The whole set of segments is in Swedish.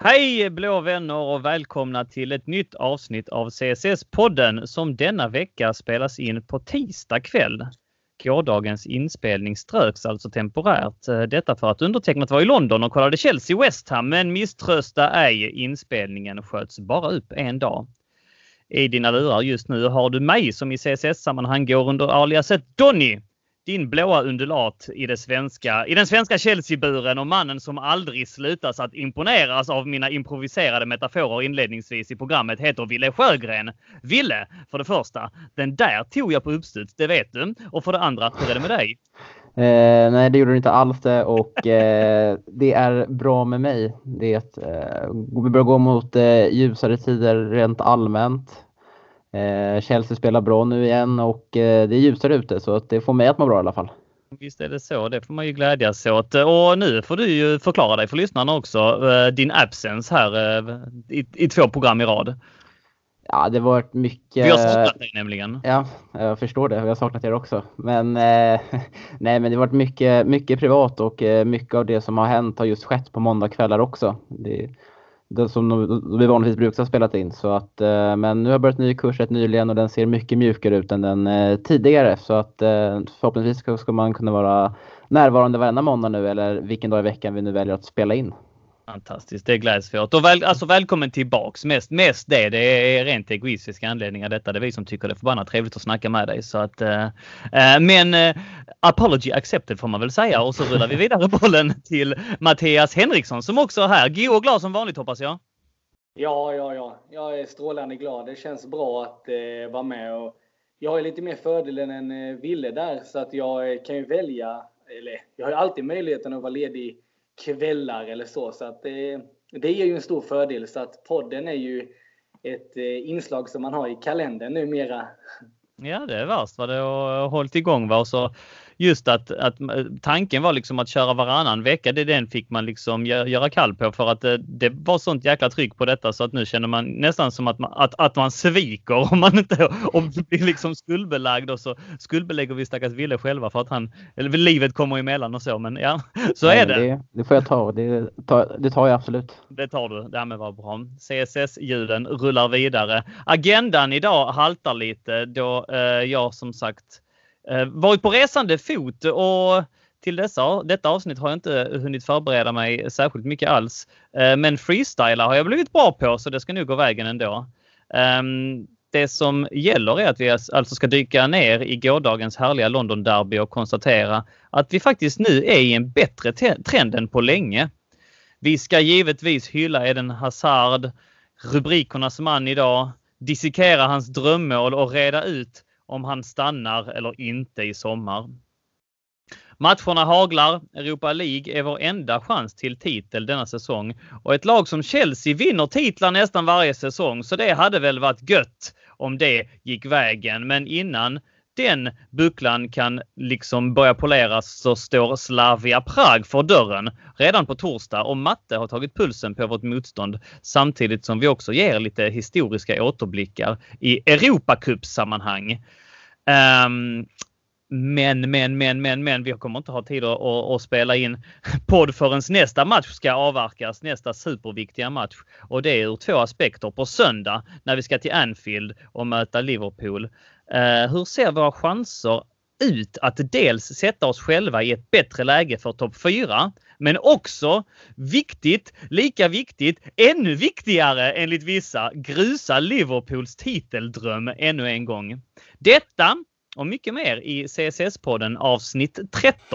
Hej blå vänner och välkomna till ett nytt avsnitt av CSS-podden som denna vecka spelas in på tisdag kväll. Gårdagens inspelning ströks alltså temporärt. Detta för att undertecknat var i London och kollade Chelsea West Ham, men misströsta ej, inspelningen sköts bara upp en dag. I dina lurar just nu har du mig som i CSS-sammanhang går under aliaset Donny. Din blåa undulat i den svenska Chelsea-buren och mannen som aldrig slutas att imponeras av mina improviserade metaforer inledningsvis i programmet heter Ville Sjögren. Ville, för det första, den där tog jag på uppstuds, det vet du. Och för det andra, hur är det med dig? Nej, det gjorde du inte alls det och det är bra med mig. Vi börjar gå mot ljusare tider rent allmänt. Chelsea spelar bra nu igen och det är ljusare ute så att det får mig att må bra i alla fall. Visst är det så, det får man ju glädjas åt. Och nu får du ju förklara dig för lyssnarna också, din absence här i 2 program i rad. Ja, det har varit mycket... Vi har saknat dig nämligen. Ja, jag förstår det. Vi har saknat er också. Men nej, men det har varit mycket privat och mycket av det som har hänt har just skett på måndagskvällar också. Det som vi vanligtvis brukar ha spelat in. Så att, men nu har jag börjat ny kurs rätt nyligen och den ser mycket mjukare ut än den tidigare. Så att förhoppningsvis ska man kunna vara närvarande varenda måndag nu eller vilken dag i veckan vi nu väljer att spela in. Fantastiskt, det gläds vi åt. Och välkommen tillbaks. Mest det är rent egoistiska anledningar detta. Det är vi som tycker det är förbannat trevligt att snacka med dig. Så att, men apology accepted får man väl säga. Och så rullar vi vidare bollen till Mattias Henriksson som också är här. God och glad som vanligt hoppas jag. Ja. Jag är strålande glad. Det känns bra att vara med. Och jag har lite mer fördelen än Ville där. Så att jag kan ju välja. Eller jag har ju alltid möjligheten att vara ledig kvällar eller så att det ger ju en stor fördel, så att podden är ju ett inslag som man har i kalendern numera. Ja, det är värst vad det har hållit igång var så just att tanken var liksom att köra varannan vecka, den fick man liksom göra kall på för att det var sånt jäkla tryck på detta så att nu känner man nästan som att man sviker om man inte blir liksom skuldbelagd och så skuldbelägger vi stackars Ville själva för att livet kommer emellan och så, men ja, så är det. Det får jag ta, det tar jag absolut. Det tar du, det med var bra. CSS-ljuden rullar vidare. Agendan idag haltar lite då jag som sagt varit på resande fot och till detta avsnitt har jag inte hunnit förbereda mig särskilt mycket alls. Men freestyler har jag blivit bra på så det ska nog gå vägen ändå. Det som gäller är att vi alltså ska dyka ner i gårdagens härliga London-derby och konstatera att vi faktiskt nu är i en bättre trend än på länge. Vi ska givetvis hylla Eden Hazard, rubrikernas man idag, dissekera hans drömmål och reda ut om han stannar eller inte i sommar. Matcherna haglar. Europa League är vår enda chans till titel denna säsong. Och ett lag som Chelsea vinner titlar nästan varje säsong. Så det hade väl varit gött om det gick vägen. Men innan den bucklan kan liksom börja poleras så står Slavia Prag för dörren redan på torsdag och Matte har tagit pulsen på vårt motstånd samtidigt som vi också ger lite historiska återblickar i Europacup-sammanhang. Men vi kommer inte ha tid att spela in podd förrän nästa match ska avverkas, nästa superviktiga match. Och det är ur 2 aspekter. På söndag när vi ska till Anfield och möta Liverpool. Hur ser våra chanser ut att dels sätta oss själva i ett bättre läge för topp 4, men också lika viktigt, ännu viktigare enligt vissa, grusa Liverpools titeldröm ännu en gång. Detta och mycket mer i CSS-podden avsnitt 13.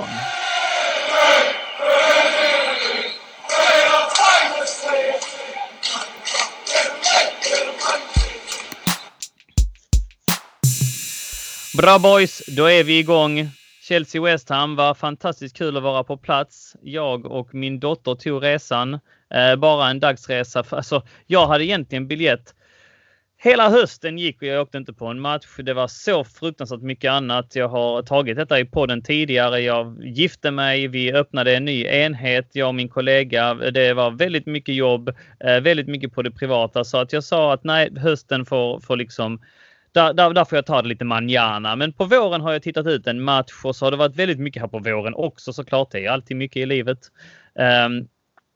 Bra boys, då är vi igång. Chelsea West Ham var fantastiskt kul att vara på plats. Jag och min dotter tog resan. Bara en dagsresa. Alltså, jag hade egentligen biljett. Hela hösten gick och jag åkte inte på en match. Det var så fruktansvärt mycket annat. Jag har tagit detta i podden tidigare. Jag gifte mig. Vi öppnade en ny enhet. Jag och min kollega. Det var väldigt mycket jobb. Väldigt mycket på det privata. Så att jag sa att nej, hösten får liksom... Där får jag ta det lite manjana. Men på våren har jag tittat ut en match och så har det varit väldigt mycket här på våren också såklart. Det är alltid mycket i livet.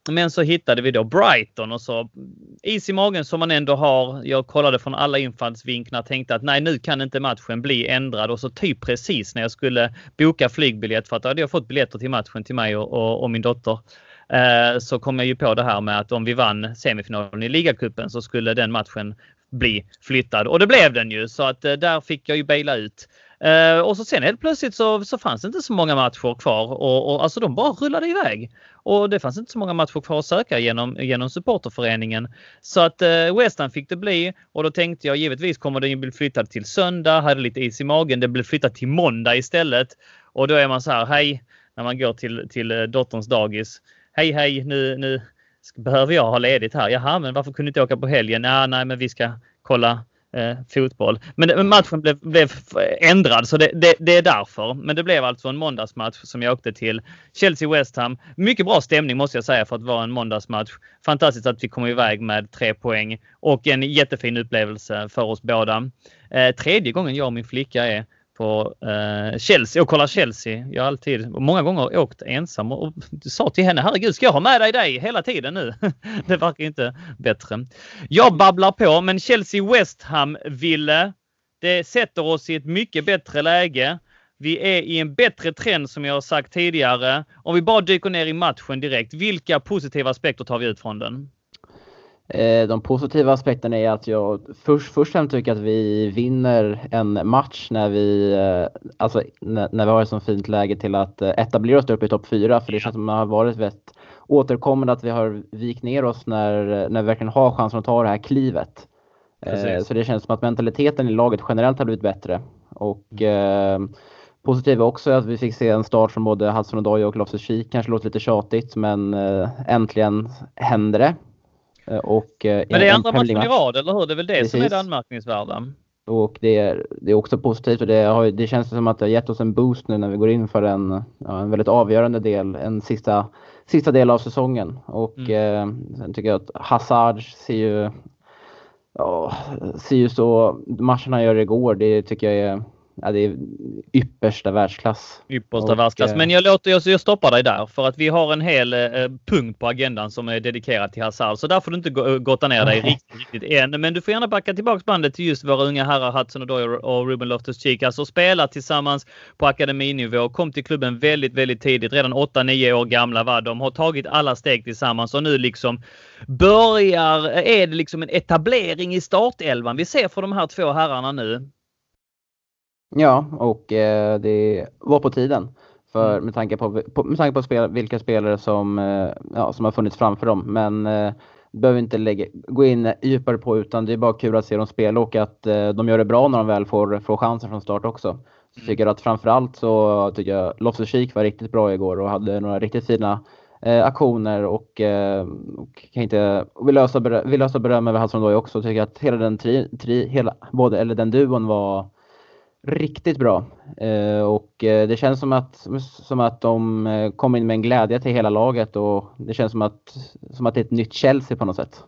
Men så hittade vi då Brighton och så is i magen som man ändå har. Jag kollade från alla infallsvinklar, tänkte att nej, nu kan inte matchen bli ändrad. Och så typ precis när jag skulle boka flygbiljett, för att då hade jag fått biljetter till matchen till mig och min dotter. Så kom jag ju på det här med att om vi vann semifinalen i ligacupen så skulle den matchen bli flyttad. Och det blev den ju, så att där fick jag ju baila ut. Och så sen helt plötsligt så fanns det inte så många matcher kvar och alltså de bara rullade iväg. Och det fanns inte så många matcher kvar att söka genom supporterföreningen. Så att West Ham fick det bli, och då tänkte jag givetvis kommer det ju bli flyttad till söndag, hade lite is i magen, det blev flyttat till måndag istället. Och då är man så här, hej, när man går till dotterns dagis. Hej, nu behöver jag ha ledigt här. Jaha, men varför kunde inte åka på helgen? Nej, men vi ska kolla fotboll. Men matchen blev ändrad, så det är därför. Men det blev alltså en måndagsmatch som jag åkte till. Chelsea-West Ham. Mycket bra stämning måste jag säga för att vara en måndagsmatch. Fantastiskt att vi kom iväg med 3 poäng. Och en jättefin upplevelse för oss båda. Tredje gången jag och min flicka är på Chelsea och kollar Chelsea. Jag har alltid många gånger åkt ensam och sa till henne, herregud, ska jag ha med dig hela tiden nu? Det verkar inte bättre. Jag babblar på, men Chelsea-West Ham det sätter oss i ett mycket bättre läge. Vi är i en bättre trend som jag har sagt tidigare. Om vi bara dyker ner i matchen direkt, vilka positiva aspekter tar vi ut från den? De positiva aspekterna är att jag först tycker att vi vinner en match när vi har ett så fint läge till att etablera oss upp i topp 4. För det känns som att det har varit väldigt återkommande att vi har vikt ner oss när vi verkligen har chansen att ta det här klivet. Så det känns som att mentaliteten i laget generellt har blivit bättre. Och positivt också att vi fick se en start från både Hudson-Odoi och Loftus-Cheek. Kanske låter lite tjatigt, men äntligen händer det. Men det är andra matchen i rad, eller hur? Det är väl det Precis. Som är det anmärkningsvärda. Och det är också positivt, och det känns som att det har gett oss en boost nu när vi går in för en väldigt avgörande del, en sista del av säsongen. Och sen tycker jag att Hazard ser ju så, matcherna han gör igår, det tycker jag är yppersta världsklass. Världsklass. Men jag stoppar dig där, för att vi har en hel punkt på agendan som är dedikerad till Hazard. Så där får du inte gotta ner dig riktigt än. Men du får gärna backa tillbaka bandet till just våra unga herrar Hudson-Odoi och Ruben Loftus-Cheek. Alltså spela tillsammans på akademinivå. Kom till klubben väldigt, väldigt tidigt. Redan 8-9 år gamla var de. Har tagit alla steg tillsammans och nu liksom är det liksom en etablering i startelvan. Vi ser för de här två herrarna nu. Ja, och det var på tiden. För med tanke på vilka spelare som har funnits framför dem. Men behöver inte gå in djupare på, utan det är bara kul att se dem spela och att de gör det bra när de väl får chansen från start också. Så tycker jag att framförallt så tycker jag Loftus-Cheek var riktigt bra igår och hade några riktigt fina aktioner och kan inte vill lösa beröm över Hudson-Odoi också. Tycker att hela den duon var riktigt bra. Och det känns som att de kom in med en glädje till hela laget, och det känns som att det är ett nytt Chelsea på något sätt.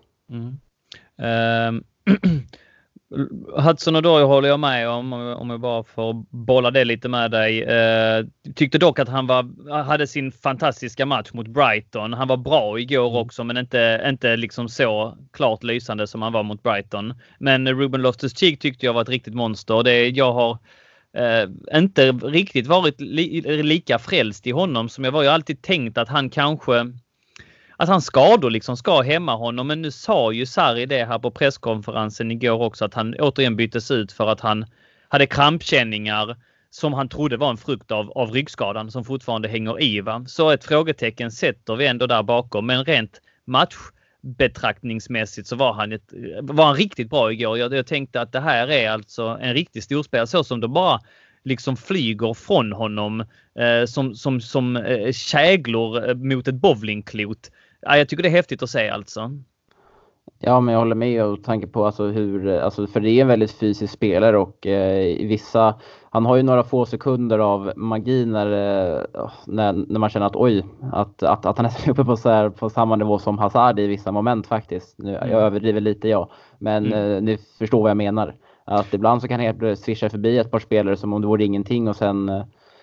Hudson-Odoi håller jag med om jag bara får bolla det lite med dig. Tyckte dock att han hade sin fantastiska match mot Brighton. Han var bra igår också, men inte liksom så klart lysande som han var mot Brighton. Men Ruben Loftus-Cheek tyckte jag var ett riktigt monster. Jag har inte riktigt varit lika frälst i honom som jag var. Jag har alltid tänkt att han kanske... Att hans skador liksom ska hämma honom. Men nu sa ju Sarri det här på presskonferensen igår också, att han återigen byttes ut för att han hade krampkänningar som han trodde var en frukt av ryggskadan som fortfarande hänger i. Va? Så ett frågetecken sätter vi ändå där bakom. Men rent matchbetraktningsmässigt så var han riktigt bra igår. Jag tänkte att det här är alltså en riktig storspelare, så som de bara liksom flyger från honom som käglor mot ett bowlingklot. Ja, jag tycker det är häftigt att se alltså. Ja, men jag håller med och tanke på för det är en väldigt fysisk spelare, och i han har ju några få sekunder av magi när man känner att han är uppe på samma nivå som Hazard i vissa moment faktiskt. Nu, jag överdriver lite, men ni förstår vad jag menar. Att ibland så kan helt swisha förbi ett par spelare som om det vore ingenting, och sen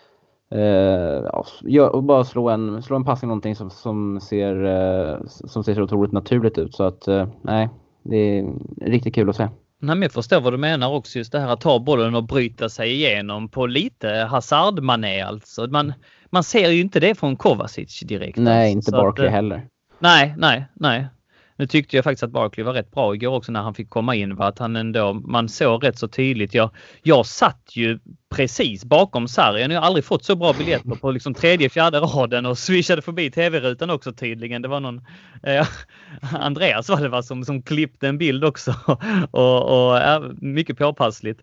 Och bara slå en passning, någonting som ser så otroligt naturligt ut. Så att nej, det är riktigt kul att se. Nej, men jag förstår vad du menar också, just det här att ta bollen och bryta sig igenom på lite Hazard-mané alltså. Man ser ju inte det från Kovacic direkt. Nej, alltså. inte Barkley heller. Nej. Nu tyckte jag faktiskt att Barkley var rätt bra igår också när han fick komma in. Att han ändå, man såg rätt så tydligt. Jag satt ju precis bakom Sarri. Jag har aldrig fått så bra biljetter på liksom 3:e, 4:e raden och swishade förbi tv-rutan också tydligen. Det var någon Andreas var det va, som klippte en bild också och mycket påpassligt.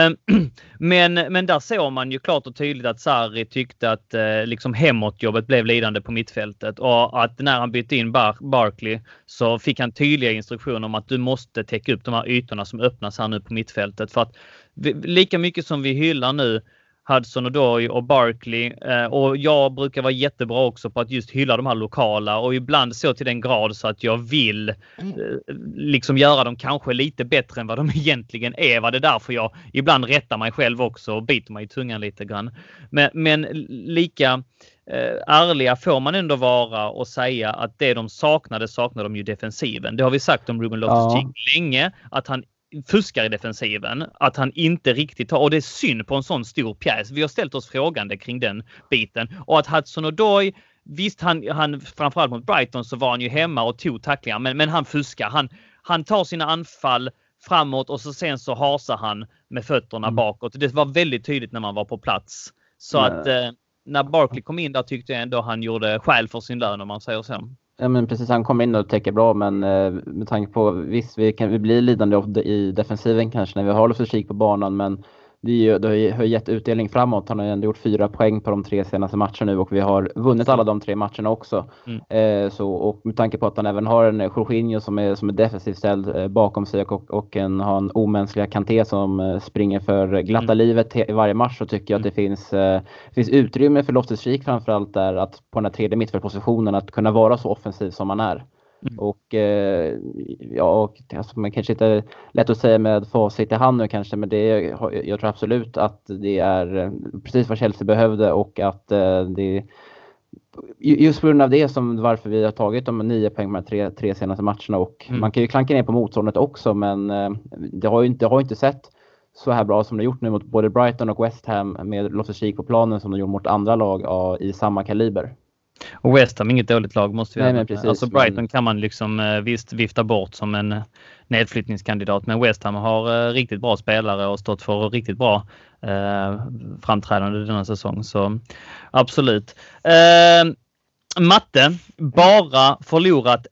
Men där såg man ju klart och tydligt att Sarri tyckte att liksom hemåtjobbet blev lidande på mittfältet och att när han bytte in Barkley så fick han tydliga instruktioner om att du måste täcka upp de här ytorna som öppnas här nu på mittfältet, för att lika mycket som vi hyllar nu Hudson-Odoi och Barkley, och jag brukar vara jättebra också på att just hylla de här lokala och ibland så till den grad så att jag vill liksom göra dem kanske lite bättre än vad de egentligen är. Vad det är därför jag ibland rättar mig själv också och biter mig i tungan lite grann. Men lika ärliga får man ändå vara och säga att det de saknade de ju defensiven. Det har vi sagt om Ruben Loftus-Cheek länge, att han fuskar i defensiven, att han inte riktigt har, och det är synd på en sån stor pjäs. Vi har ställt oss frågande kring den biten, och att Hudson-Odoi, visst han framförallt mot Brighton så var han ju hemma och tog tacklingar, men han fuskar. Han tar sina anfall framåt och så sen så hasar han med fötterna bakåt. Det var väldigt tydligt när man var på plats. Så att när Barkley kom in där tyckte jag ändå han gjorde skäl för sin lön, om man säger så. Ja, men precis, han kommer in och täcker bra, men med tanke på, visst vi blir lidande i defensiven kanske när vi har Loftus-Cheek på banan, men det har gett utdelning framåt. Han har ändå gjort 4 poäng på de 3 senaste matcherna nu och vi har vunnit alla de 3 matcherna också. Och med tanke på att han även har en Jorginho som är defensivt ställd bakom sig och har en omänskliga Kanté som springer för glatta livet i varje match, så tycker jag att det finns utrymme för Loftus-Cheek framförallt där, att på den här 3:e mittfältpositionen att kunna vara så offensiv som man är. Och alltså, man kanske inte är lätt att säga med facit i hand nu kanske, men jag tror absolut att det är precis vad Chelsea behövde, och att det just på grund av det som varför vi har tagit de 9 poäng med 3 senaste matcherna. Och man kan ju klanka ner på motståndet också, men det har inte sett så här bra som det gjort nu mot både Brighton och West Ham med Loftus-Cheek på planen som de gjort mot andra lag i samma kaliber. Och West Ham inget dåligt lag måste vi precis, alltså Brighton kan man liksom visst vifta bort som en nedflyttningskandidat, men West Ham har riktigt bra spelare och stått för riktigt bra framträdande denna säsong, så absolut. Matte bara förlorat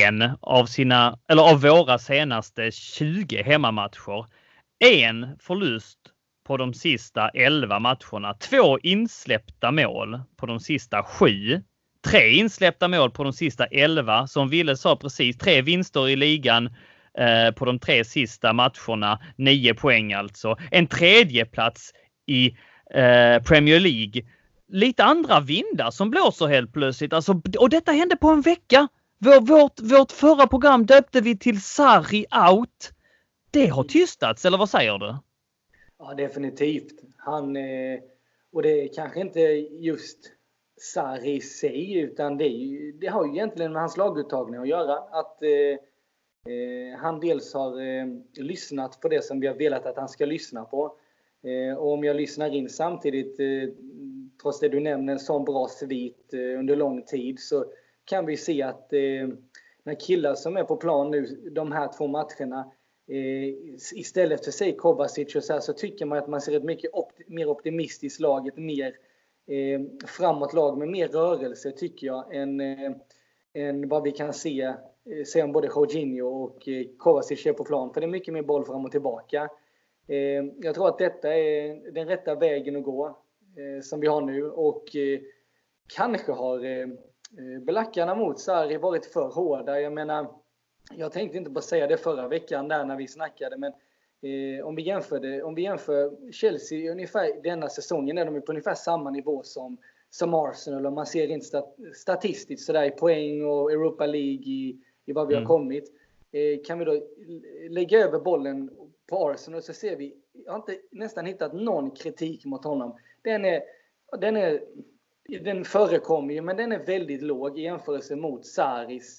av våra senaste 20 hemmamatcher. En förlust på de sista 11 matcherna. 2 insläppta mål på de sista 7. 3 insläppta mål på de sista 11. Som Ville sa precis, 3 vinster i ligan på de 3 sista matcherna. 9 poäng alltså. En 3:e plats i Premier League. Lite andra vindar som blåser helt plötsligt. Alltså, och detta hände på en vecka. Vårt förra program döpte vi till Sarri out. Det har tystats, eller vad säger du? Ja, definitivt. Och det är kanske inte just Sarri i sig, utan det har ju egentligen med hans laguttagning att göra. Att han dels har lyssnat på det som vi har velat att han ska lyssna på. Och om jag lyssnar in samtidigt, trots det du nämner, en sån bra svit under lång tid, så kan vi se att när killar som är på plan nu, de här 2 matcherna, istället för sig Kovacic och så tycker man att man ser ett mycket mer optimistiskt lag, ett mer framåt lag med mer rörelse tycker jag än vad vi kan se om både Jorginho och Kovacic är på plan, för det är mycket mer boll fram och tillbaka. Jag tror att detta är den rätta vägen att gå som vi har nu, och kanske har belackarna mot Sarri varit för hårda. Jag menar, jag tänkte inte bara säga det förra veckan där när vi snackade, men om vi jämför Chelsea ungefär denna säsongen, är de på ungefär samma nivå som Arsenal, och man ser inte statistiskt sådär i poäng och Europa League i vad vi har kommit. Kan vi då lägga över bollen på Arsenal, så ser vi, jag har inte nästan hittat någon kritik mot honom. Den är den förekommer ju, men den är väldigt låg i jämförelse mot Sarris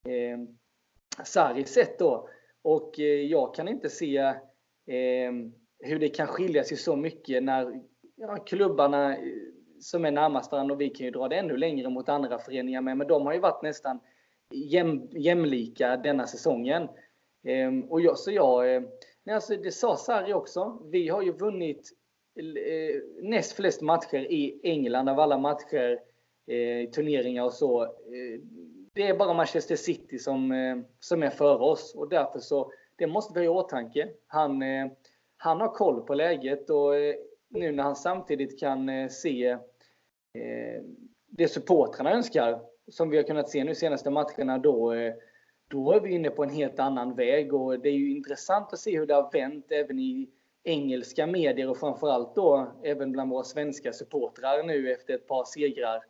sätt då. Och jag kan inte se hur det kan skilja sig så mycket när klubbarna som är närmast varandra, och vi kan ju dra det ännu längre mot andra föreningar med, men de har ju varit nästan jämlika denna säsongen. Det sa Sarri också, vi har ju vunnit näst flest matcher i England av alla matcher, turneringar och så. Det är bara Manchester City som är för oss, och därför så det måste vi ha i åtanke. Han har koll på läget, och nu när han samtidigt kan se det supportrarna önskar, som vi har kunnat se nu senaste matcherna, då är vi inne på en helt annan väg. Och det är ju intressant att se hur det har vänt även i engelska medier, och framförallt då även bland våra svenska supportrar nu efter ett par segrar.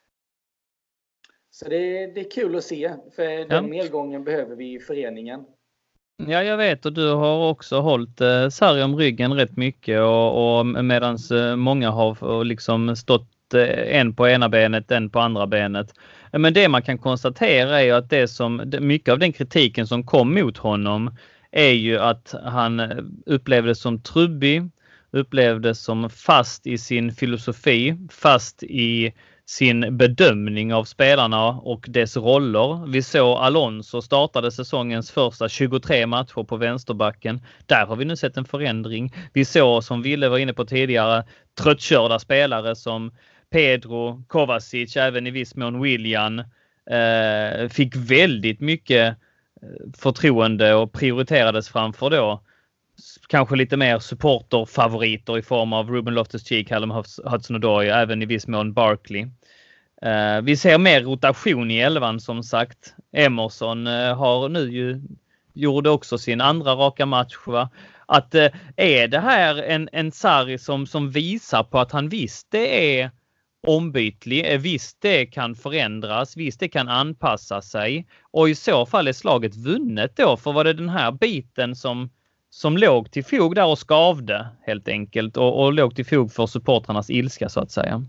Så det är kul att se, för den nedgången behöver vi i föreningen. Ja, jag vet, och du har också hållit Sarri om ryggen rätt mycket, och medans många har liksom stått en på ena benet, en på andra benet. Men det man kan konstatera är ju att mycket av den kritiken som kom mot honom är ju att han upplevdes som trubbig, upplevdes som fast i sin filosofi, fast i sin bedömning av spelarna och dess roller. Vi såg Alonso startade säsongens första 23 matcher på vänsterbacken. Där har vi nu sett en förändring. Vi såg, som Ville var inne på tidigare, tröttkörda spelare som Pedro, Kovacic, även i viss mån Willian, fick väldigt mycket förtroende och prioriterades framför då kanske lite mer supporterfavoriter i form av Ruben Loftus-Cheek, Callum Hudson-Odoi, även i viss mån Barkley. Vi ser mer rotation i elvan, som sagt. Emerson har nu gjorde också sin andra raka match, va? Att är det här en Sarri som visar på att han visst det är ombytlig, visst det kan förändras, visst det kan anpassa sig, och i så fall är slaget vunnet då, för var det den här biten som låg till fog där och skavde helt enkelt, och låg till fog för supportrarnas ilska, så att säga.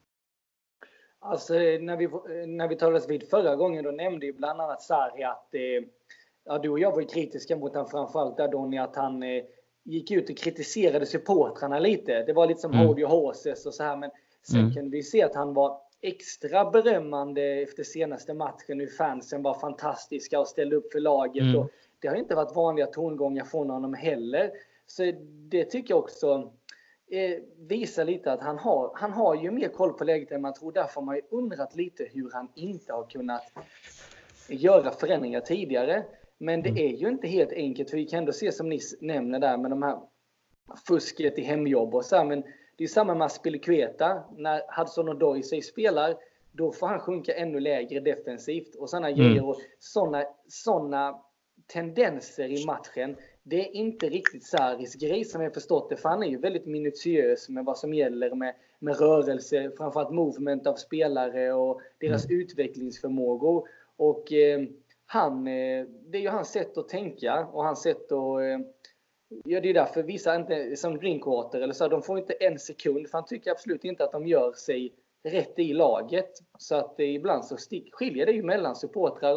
Alltså när vi talades vid förra gången, då nämnde ju bland annat Sarri att du och jag var ju kritiska mot han, framförallt där Donny, att han gick ut och kritiserade supportrarna lite. Det var lite som hold your horses och så här, men sen kunde vi se att han var extra berömmande efter senaste matchen. Nu fansen var fantastiska och ställde upp för laget, och det har inte varit vanliga tongångar från honom heller. Så det tycker jag också visar lite att han har ju mer koll på läget än man tror. Därför har man ju undrat lite hur han inte har kunnat göra förändringar tidigare. Men det är ju inte helt enkelt, för vi kan ändå se, som ni nämner där, med de här fusket i hemjobb och så här. Men det är samma med Aspilicueta. När Hudson-Odoi sig spelar, då får han sjunka ännu lägre defensivt. Och sådana grejer, och sådana tendenser i matchen, det är inte riktigt Sarris grej, som jag förstått det. För han är ju väldigt minutiös med vad som gäller med rörelse, framförallt movement av spelare och deras utvecklingsförmågor. Och det är ju hans sätt att tänka och hans sätt att... Ja, det är därför vissa inte, som Drinkwater eller så, de får inte en sekund, för han tycker absolut inte att de gör sig rätt i laget. Så att ibland så skiljer det ju mellan supportrar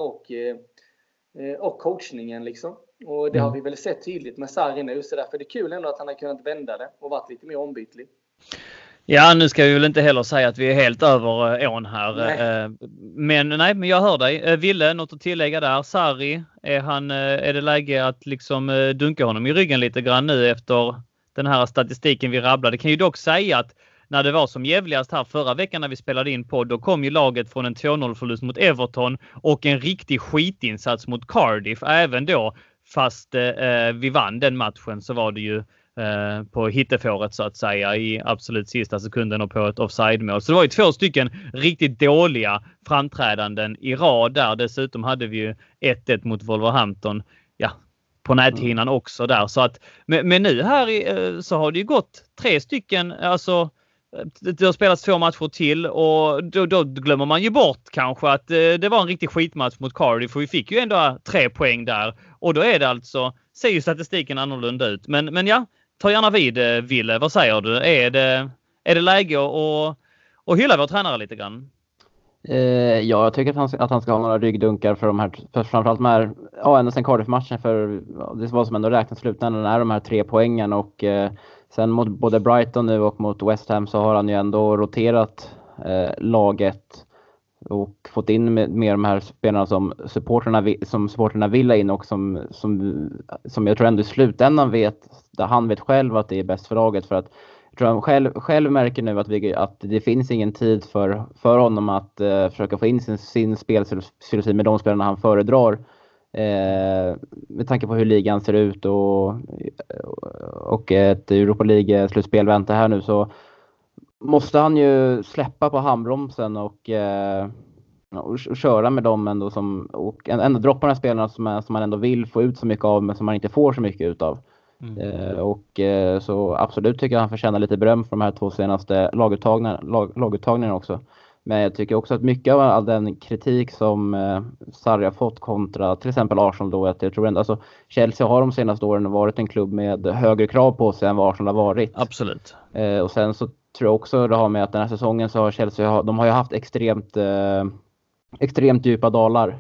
och coachningen liksom. Och det har vi väl sett tydligt med Sarri nu, så därför är det kul ändå att han har kunnat vända det och varit lite mer ombytlig. Ja, nu ska vi väl inte heller säga att vi är helt över ån här. Men jag hör dig. Ville, något att tillägga där? Sarri, är det läge att liksom dunka honom i ryggen lite grann nu efter den här statistiken vi rabblade? Det kan ju dock säga att när det var som jävligast här förra veckan när vi spelade in på, då kom ju laget från en 2-0-förlust mot Everton och en riktig skitinsats mot Cardiff. Även då, fast vi vann den matchen, så var det ju på hittefåret så att säga i absolut sista sekunden och på ett offside-mål. Så det var ju 2 stycken riktigt dåliga framträdanden i rad där. Dessutom hade vi ju 1-1 mot Wolverhampton. Ja, på näthinnan också där. Så att, men nu här så har det ju gått 3 stycken, alltså det har spelats 2 matcher till, och då glömmer man ju bort kanske att det var en riktig skitmatch mot Cardiff, för vi fick ju ändå 3 poäng där, och då är det alltså, ser ju statistiken annorlunda ut. Men ja, ta gärna vid, Ville, vad säger du? Är det läge att och hylla vår tränare lite grann. Ja, jag tycker att han ska ha några ryggdunkar för de här, för framförallt de här, ända sen Cardiff-matchen, för det var som ändå räknas slutändan är de här 3 poängen, och sen mot både Brighton nu och mot West Ham så har han ju ändå roterat laget och fått in med de här spelarna som supporterna vill ha in, och som jag tror ändå i slutändan han vet själv att det är bäst för laget, för att jag tror han själv märker nu att det finns ingen tid för honom att försöka få in sin spelfilosofi med de spelarna han föredrar, med tanke på hur ligan ser ut och ett Europa League-slutspel väntar här nu, så måste han ju släppa på handbromsen och köra med dem ändå, och ändå droppa de här spelarna som man ändå vill få ut så mycket av, men som man inte får så mycket ut av. Så absolut tycker jag han förtjänar lite beröm för de här 2 senaste laguttagningarna också. Men jag tycker också att mycket av all den kritik som Sarri har fått kontra till exempel Arsenal då, att jag tror ändå, alltså Chelsea har de senaste åren varit en klubb med högre krav på sig än vad Arsenal har varit. Absolut. Och sen så tror jag också det har med att den här säsongen så har Chelsea, de har ju haft extremt djupa dalar.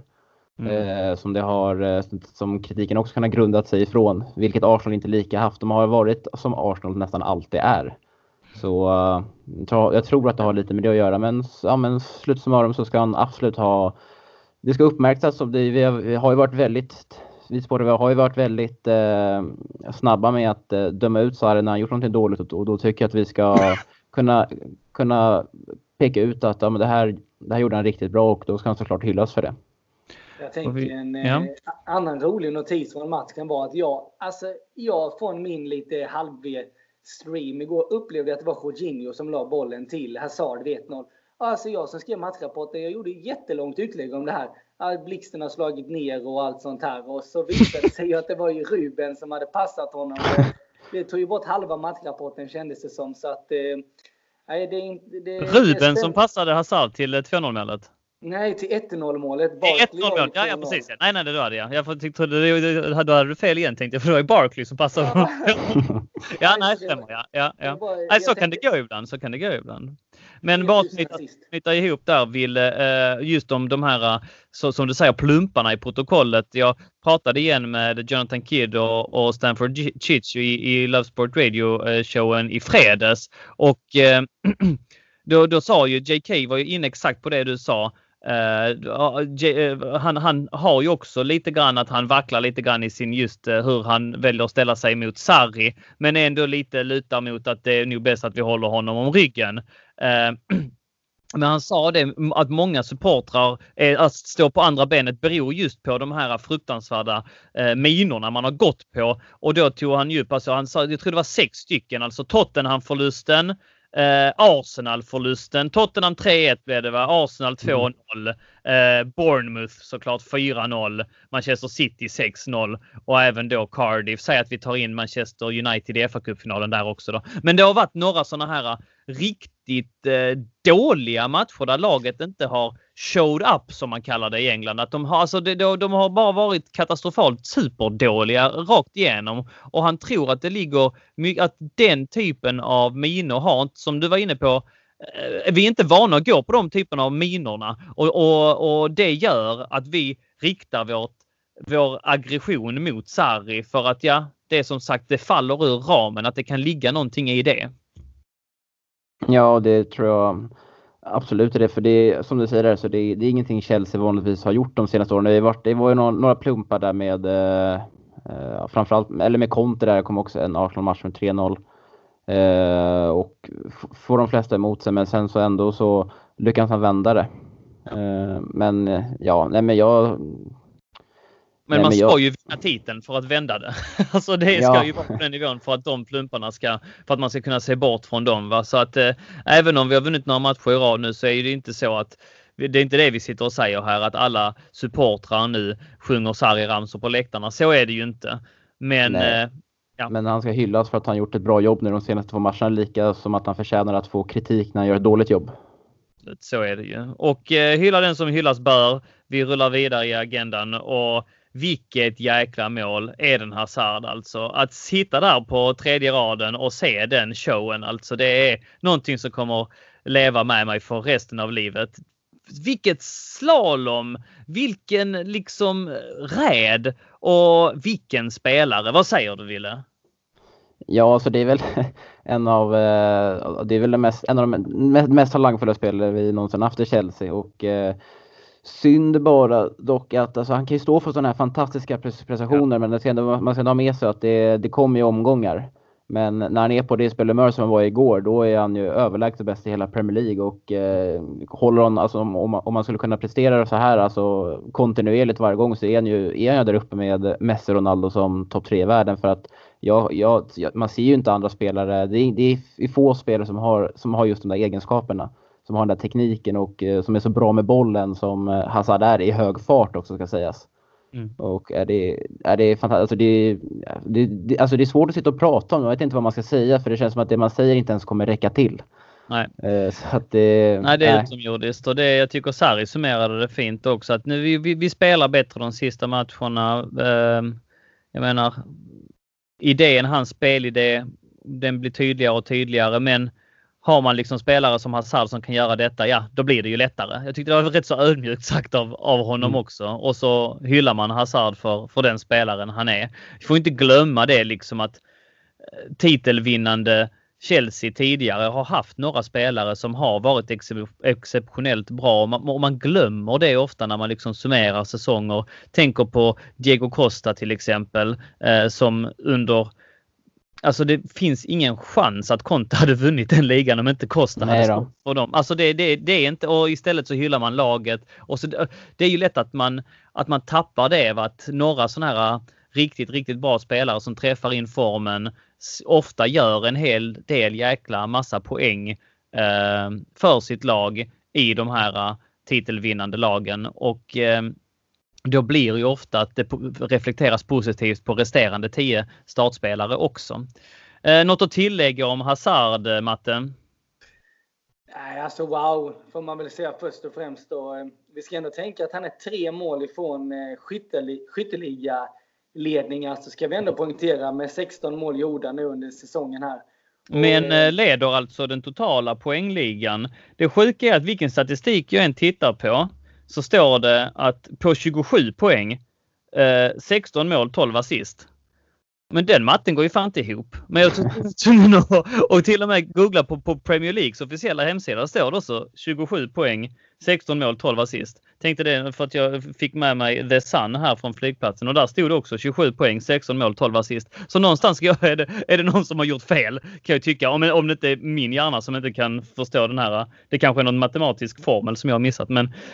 Som kritiken också kan ha grundat sig ifrån, vilket Arsenal inte lika haft. De har varit som Arsenal nästan alltid är. Så jag tror att det har lite med det att göra, men slutsummarum så ska han absolut det ska uppmärksammas. Vi har ju varit väldigt snabba med att döma ut Sarri när han gjort någonting dåligt, och då tycker jag att vi ska kunna peka ut att det här gjorde han riktigt bra, och då ska han såklart hyllas för det. Jag tänker en annan rolig notis från matchen var att jag från min lite stream igår upplevde att det var Jorginho som la bollen till Hazard vid 1-0. Alltså jag som skrev matchrapporten, jag gjorde jättelångt utlägg om det här. Blixten har slagit ner och allt sånt här. Och så visade det sig att det var ju Ruben som hade passat honom. Det tog ju bort halva matchrapporten, kändes det som. Så att, Ruben som passade Hazard till 2-0-målet? Nej, till 1-0-målet. 1-0-målet, ja precis. Nej, det var det. Jag trodde du hade fel igen, tänkte jag. För det var ju Barkley som passade. Ja, nej, stämmer. Ja. Nej, så kan det gå ibland. Men bara knyta ihop där just om de här, som du säger, plumparna i protokollet. Jag pratade igen med Jonathan Kidd och Stanford Chich i Love Sport Radio-showen i fredags. Och då sa ju JK, var ju inne exakt på det du sa. Han har ju också lite grann att han vacklar lite grann i sin just hur han väljer att ställa sig mot Sarri, men ändå lite lutar mot att det är nog bäst att vi håller honom om ryggen. Men han sa det att många supportrar att stå på andra benet beror just på de här fruktansvärda minorna man har gått på, och då tog han ju upp, alltså han sa, jag tror det var 6 stycken, alltså Tottenham-förlusten, Arsenal-förlusten, Tottenham 3-1 blev det, va? Arsenal 2-0, Bournemouth såklart 4-0, Manchester City 6-0 och även då Cardiff. Säg att vi tar in Manchester United i FA-cupfinalen där också då. Men det har varit några sådana här riktigt dåliga matcher där laget inte har showed up, som man kallar det i England. Att de har bara varit katastrofalt superdåliga rakt igenom, och han tror att det ligger mycket, att den typen av minor har inte, som du var inne på, vi är inte vana att gå på de typerna av minorna, och det gör att vi riktar vår aggression mot Sarri, för att det är som sagt, det faller ur ramen, att det kan ligga någonting i det. Ja, det tror jag absolut är det, för det, som du säger där, så det är ingenting Chelsea vanligtvis har gjort de senaste åren. Det var ju några plumpar där med framförallt, eller med Conte där, kom också en Arsenal-match med 3-0 och får de flesta emot sig, men sen så ändå så lyckas han vända det. Men man ska ju vinna titeln för att vända det. Alltså det ska ju vara på den nivån för att de plumparna för att man ska kunna se bort från dem, va? Så att även om vi har vunnit några matcher i rad nu, så är det inte så att det är inte det vi sitter och säger här, att alla supportrar nu sjunger Sarri-ramsor på läktarna. Så är det ju inte. Men men han ska hyllas för att han gjort ett bra jobb nu de senaste 2 matcherna, lika som att han förtjänar att få kritik när han gör ett dåligt jobb. Så är det ju. Och hylla den som hyllas bör. Vi rullar vidare i agendan, och vilket jäkla mål Eden Hazard, alltså. Att sitta där på 3:e raden och se den showen, alltså det är någonting som kommer leva med mig för resten av livet. Vilket slalom, vilken liksom räd och vilken spelare. Vad säger du, Ville? Ja, alltså det är väl en av de mest talangfulla spelare vi någonsin haft i Chelsea, och synd bara dock att alltså, han kan ju stå för sådana här fantastiska prestationer, men man ska ha med sig att det kommer ju omgångar. Men när han är på det spelhumör som han var igår, då är han ju överlägset bäst i hela Premier League, och håller han, alltså, om man skulle kunna prestera så här alltså, kontinuerligt varje gång, så är han ju där uppe med Messi och Ronaldo som topp 3 i världen. För att man ser ju inte andra spelare, det är få spelare som har just de där egenskaperna, som har den där tekniken och som är så bra med bollen som Hazard är i hög fart också, ska sägas. Och är det fantastiskt. Alltså det är svårt att sitta och prata om. Jag vet inte vad man ska säga, för det känns som att det man säger inte ens kommer räcka till. Nej. Så att det är utomjordiskt, och jag tycker Sarri summerade det fint också, att nu vi spelar bättre de sista matcherna. Jag menar, hans spelidé, den blir tydligare och tydligare, men har man liksom spelare som Hazard som kan göra detta, ja, då blir det ju lättare. Jag tyckte det var rätt så ödmjukt sagt av honom också. Och så hyllar man Hazard för den spelaren han är. Vi får inte glömma det liksom, att titelvinnande Chelsea tidigare har haft några spelare som har varit exceptionellt bra. Och man glömmer det ofta när man liksom summerar säsonger. Tänker på Diego Costa till exempel, som under... Alltså det finns ingen chans att Conte hade vunnit den ligan om inte Costa hade stått för dem. Alltså det är inte, och istället så hyllar man laget. Och så det är ju lätt att man tappar det, att några sådana här riktigt, riktigt bra spelare som träffar in formen ofta gör en hel del jäkla massa poäng för sitt lag i de här titelvinnande lagen. Och då blir ju ofta att det reflekteras positivt på resterande 10 startspelare också. Något att tillägga om Hazard, Matte? Nej, alltså wow, får man väl säga först och främst då. Vi ska ändå tänka att han är 3 mål ifrån skytteliga-ledning. Alltså ska vi ändå poängtera, med 16 mål gjorda nu under säsongen här. Men leder alltså den totala poängligan. Det sjuka är att vilken statistik jag än tittar på, så står det att på 27 poäng, 16 mål, 12 assist. Men den matten går ju fan inte ihop. Men jag och till och med googla på Premier Leagues officiella hemsida, står det så 27 poäng, 16 mål, 12 assist. Tänkte det för att jag fick med mig The Sun här från flygplatsen, och där stod det också 27 poäng, 16 mål, 12 assist. Så någonstans är det någon som har gjort fel, kan jag tycka. Om det inte är min hjärna som inte kan förstå den här. Det kanske är någon matematisk formel som jag har missat.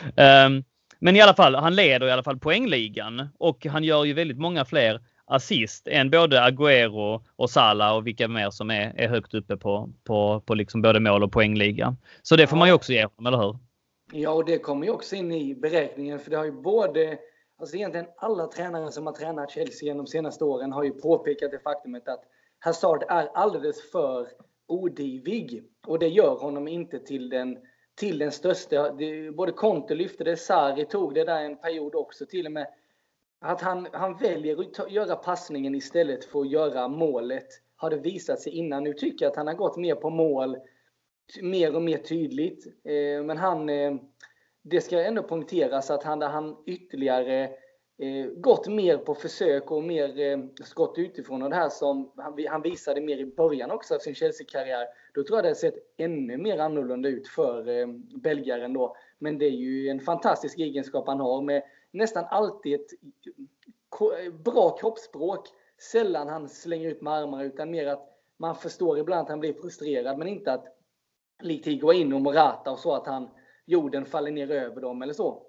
Men i alla fall, han leder i alla fall poängligan, och han gör ju väldigt många fler assist än både Agüero och Salah och vilka mer som är högt uppe på liksom både mål och poängliga. Så det får man ju också ge honom, eller hur? Ja, och det kommer ju också in i beräkningen, för det har ju alltså egentligen alla tränare som har tränat Chelsea genom de senaste åren har ju påpekat det faktumet att Hazard är alldeles för odivig, och det gör honom inte till den största. Både Conte lyfte det, Sarri tog det där en period också, till och med att han väljer att göra passningen istället för att göra målet, har det visat sig innan. Nu tycker jag att han har gått mer på mål, mer och mer tydligt. Men det ska ändå poängteras att han ytterligare gått mer på försök och mer skott utifrån. Och det här som han visade mer i början också av sin Chelsea-karriär, då tror jag det har sett ännu mer annorlunda ut för belgaren då. Men det är ju en fantastisk egenskap han har, med nästan alltid ett bra kroppsspråk. Sällan han slänger ut med armarna, utan mer att man förstår ibland att han blir frustrerad, men inte att likt Higuain och Morata och så, att jorden faller ner över dem eller så.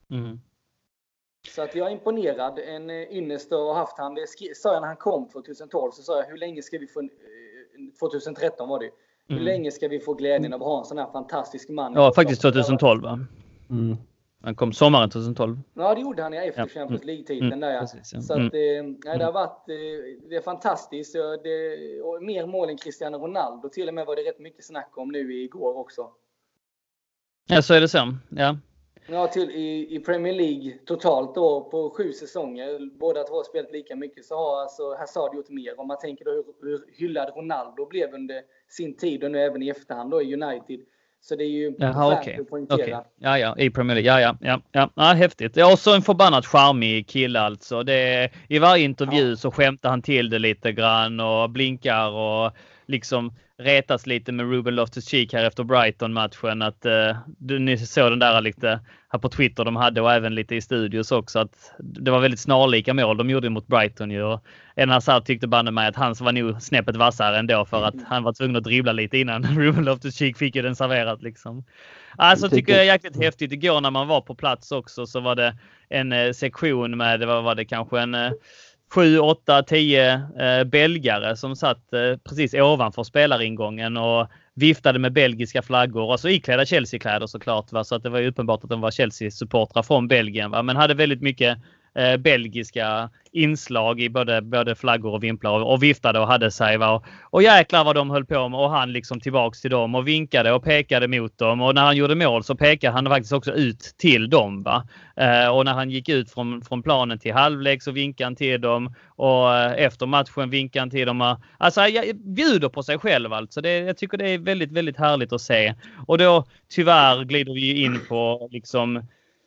Så att jag är imponerad. En ynnest att ha haft han. Det sa jag när han kom 2012, så sa jag, hur länge ska vi få 2013 var det. Hur länge ska vi få glädjen av att ha en sån här fantastisk man? Ja, faktiskt 2012 va? Han kom sommaren 2012. Ja, det gjorde han efter Champions League-titeln där. Precis, ja. Så att det har varit det är fantastiskt. Och mer mål än Cristiano Ronaldo. Till och med var det rätt mycket snack om nu igår också. Ja, så är det så. Ja. Ja, i Premier League totalt då på 7 säsonger, båda två har spelat lika mycket, så har alltså Hazard gjort mer. Om man tänker då hur hyllad Ronaldo blev under sin tid, och nu även i efterhand då i United, Så det är ju Jaha, värt att poängtera. Ja, i Premier League. Ja, häftigt. Ja, och så en förbannat charmig kille alltså. I varje intervju så skämtar han till det lite grann och blinkar och liksom retas lite med Ruben Loftus-Cheek här efter Brighton-matchen. Att ni såg den där lite här på Twitter de hade och även lite i studios också. Att det var väldigt snarlika mål de gjorde mot Brighton ju. Och en Hazard tyckte bandet mig att hans var nog snäppet vassare ändå för att han var tvungen att dribbla lite innan Ruben Loftus-Cheek fick ju den serverat liksom. Alltså tycker jag är jäkligt häftigt. Igår när man var på plats också så var det en sektion med, det var det kanske en 7, 8, 10 belgare som satt precis ovanför spelaringången och viftade med belgiska flaggor. Och så iklädda Chelsea-kläder såklart. Va? Så att det var ju uppenbart att de var Chelsea-supportrar från Belgien. Va? Men hade väldigt mycket belgiska inslag i både flaggor och vimplar och viftade och hade sig. Va? Och jäklar vad de höll på med och han liksom tillbaks till dem och vinkade och pekade mot dem. Och när han gjorde mål så pekade han faktiskt också ut till dem. Va? Och när han gick ut från planen till halvlek så vinkade han till dem och efter matchen vinkade han till dem. Alltså jag bjuder på sig själv alltså. Jag tycker det är väldigt, väldigt härligt att se. Och då tyvärr glider vi in på liksom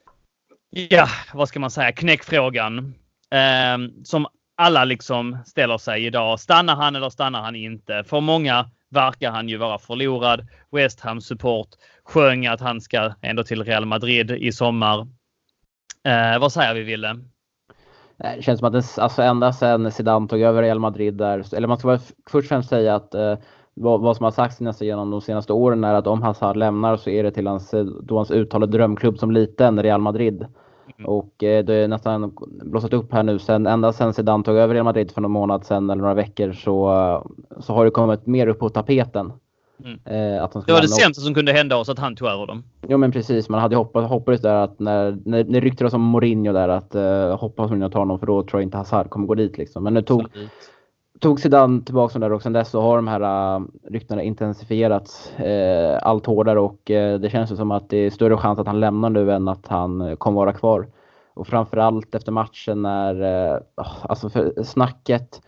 vad ska man säga, knäckfrågan som alla liksom ställer sig idag. Stannar han eller stannar han inte? För många verkar han ju vara förlorad. West Ham support sjöng att han ska ändå till Real Madrid i sommar. Vad säger vi, Ville? Det känns som att alltså ända sedan Zidane tog över Real Madrid där, eller man ska först och främst säga att vad som har sagts nästan genom de senaste åren är att om Hazard lämnar så är det till hans uttalade drömklubb som liten, Real Madrid. Och det är nästan blåsat upp här nu ända sedan Zidane tog över Real Madrid för någon månad sedan eller några veckor så har det kommit mer upp på tapeten. Att det var det sämsta som kunde hända oss att han tog över dem. Ja men precis, man hade hoppats där att när ryktades om Mourinho där att hoppas Mourinho tar någon för då tror jag inte Hazard kommer gå dit liksom. Men nu tog Zidane tillbaka som där och sen dess så har de här ryktena intensifierats allt hårdare och det känns som att det är större chans att han lämnar nu än att han kommer vara kvar. Och framförallt efter matchen när alltså för snacket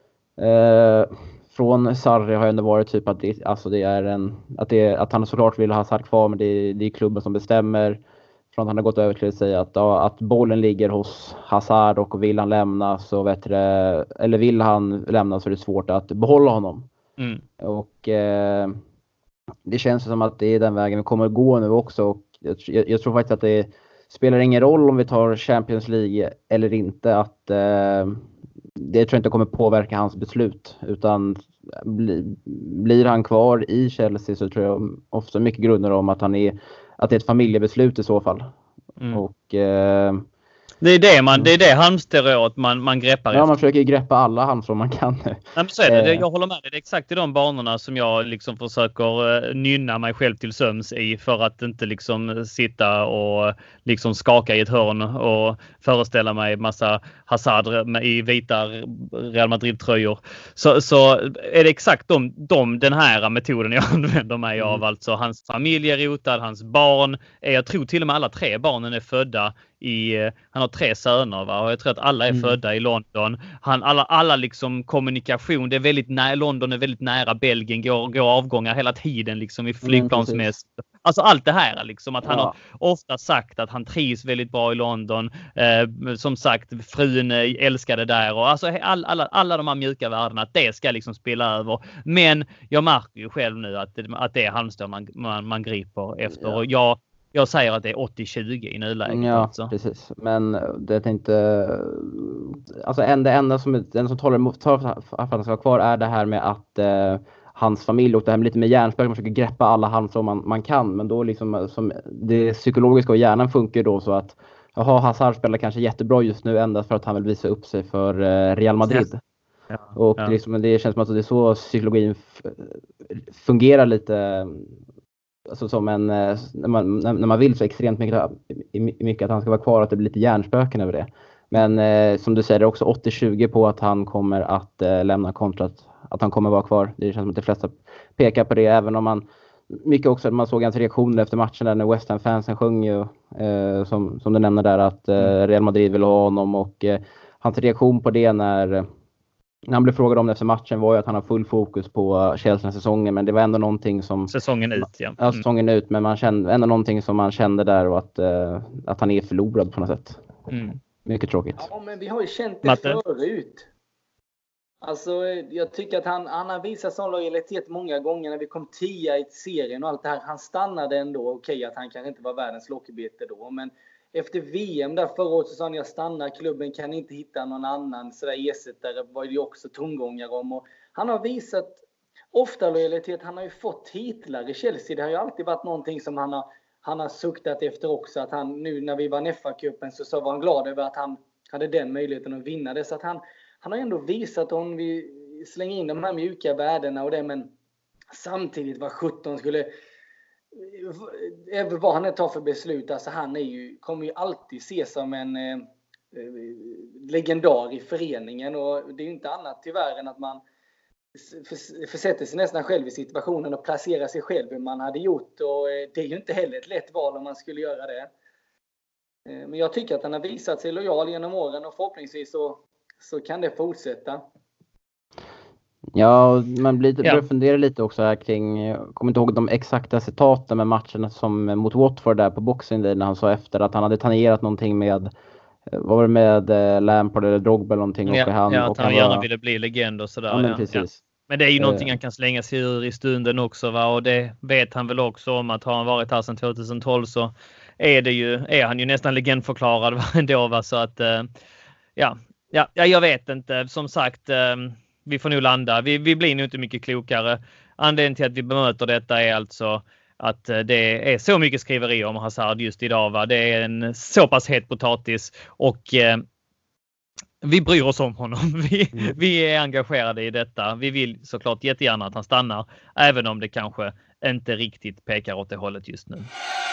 från Sarri har ändå varit typ att han såklart vill ha Hazard kvar men det är klubben som bestämmer. Från att han har gått över till att säga att bollen ligger hos Hazard och vill han lämna så vill han lämna så är det svårt att behålla honom. Och det känns som att det är den vägen vi kommer att gå nu också. Och jag tror faktiskt att det spelar ingen roll om vi tar Champions League eller inte att det tror jag inte kommer påverka hans beslut utan blir han kvar i Chelsea så tror jag ofta mycket grunder om att det är ett familjebeslut i så fall. Och det är det halmstrået man greppar efter. Ja, man försöker greppa alla halmstrå man kan. Nej, men så är det. Jag håller med dig. Det är exakt i de banorna som jag liksom försöker nynna mig själv till söms i för att inte liksom sitta och liksom skaka i ett hörn och föreställa mig massa Hazard i vita Real Madrid-tröjor. Så är det exakt den här metoden jag använder mig av. Alltså hans familj är rotad, hans barn jag tror till och med alla 3 barnen är födda han har 3 söner va? Och jag tror att alla är födda i London. Alla liksom kommunikation, det är väldigt London är väldigt nära Belgien, går avgångar hela tiden liksom i flygplansmässigt. Alltså allt det här liksom att han har ofta sagt att han trivs väldigt bra i London. Som sagt, frun älskade där och alltså alla de här mjuka värdena att det ska liksom spela över. Men jag märker ju själv nu att det är halmstrå man griper efter och jag säger att det är 80-20 i nuläget. Ja, alltså. Precis. Men det är inte... Alltså det enda som talar emot för att han ska vara kvar är det här med att hans familj och det här med lite med hjärnspöken. Man försöker greppa alla halmstrå man kan. Men då liksom som det psykologiska och hjärnan funkar då så att Hazard spelar kanske jättebra just nu endast för att han vill visa upp sig för Real Madrid. Yes. Ja, och liksom, det känns som att det är så psykologin fungerar lite... Alltså som när man vill så extremt mycket att han ska vara kvar att det blir lite hjärnspöken över det. Men som du säger det är också 80-20 på att han kommer att lämna kontra att han kommer vara kvar. Det känns som att de flesta pekar på det även om mycket också man såg hans reaktioner efter matchen där när West Ham-fansen sjöng ju som du nämner där att Real Madrid vill ha honom och hans reaktion på det när när han blev frågad om det efter matchen var ju att han har full fokus på Chelsea-säsongen, men det var ändå någonting som... Säsongen ut, ja. Ja, säsongen ut, men man kände ändå någonting som man kände där och att han är förlorad på något sätt. Mycket tråkigt. Ja, men vi har ju känt det förut. Alltså, jag tycker att han har visat sån lojalitet många gånger när vi kom 10 i serien och allt det här. Han stannade ändå. Okej, att han kanske inte var världens lockbete då, men efter VM där förra året så sa han, jag stannar, klubben kan inte hitta någon annan. Så där ersättare var det ju också tongångar om. Och han har visat ofta lojalitet. Han har ju fått titlar i Chelsea. Det har ju alltid varit någonting som han har suktat efter också. Att han nu när vi vann FA-cupen så var han glad över att han hade den möjligheten att vinna det. Så att han har ändå visat, om vi slänger in de här mjuka värdena och det, men samtidigt var 17 skulle... Vad han tar för beslut, alltså han kommer ju alltid ses som en legendar i föreningen, och det är ju inte annat tyvärr än att man försätter sig nästan själv i situationen och placerar sig själv hur man hade gjort, och det är ju inte heller ett lätt val om man skulle göra det. Men jag tycker att han har visat sig lojal genom åren, och förhoppningsvis så kan det fortsätta. Ja, man börjar fundera lite också här kring, jag kommer inte ihåg de exakta citaten med matcherna som mot Watford där på Boxing Day, när han sa efter att han hade tangerat någonting med, vad var det med Lampard eller Drogba eller någonting. Och att han gärna ville bli legend och sådär. Ja, men precis. Men det är ju någonting han kan slänga sig ur i stunden också, va? Och det vet han väl också om, att har han varit här sedan 2012 så är han ju nästan legendförklarad ändå, va? Så att jag vet inte, som sagt, vi får nog landa. Vi blir nog inte mycket klokare. Anledningen till att vi bemöter detta är alltså att det är så mycket skriveri om Hazard just idag, va? Det är en så pass het potatis, och vi bryr oss om honom. Vi är engagerade i detta. Vi vill såklart jättegärna att han stannar, även om det kanske inte riktigt pekar åt det hållet just nu.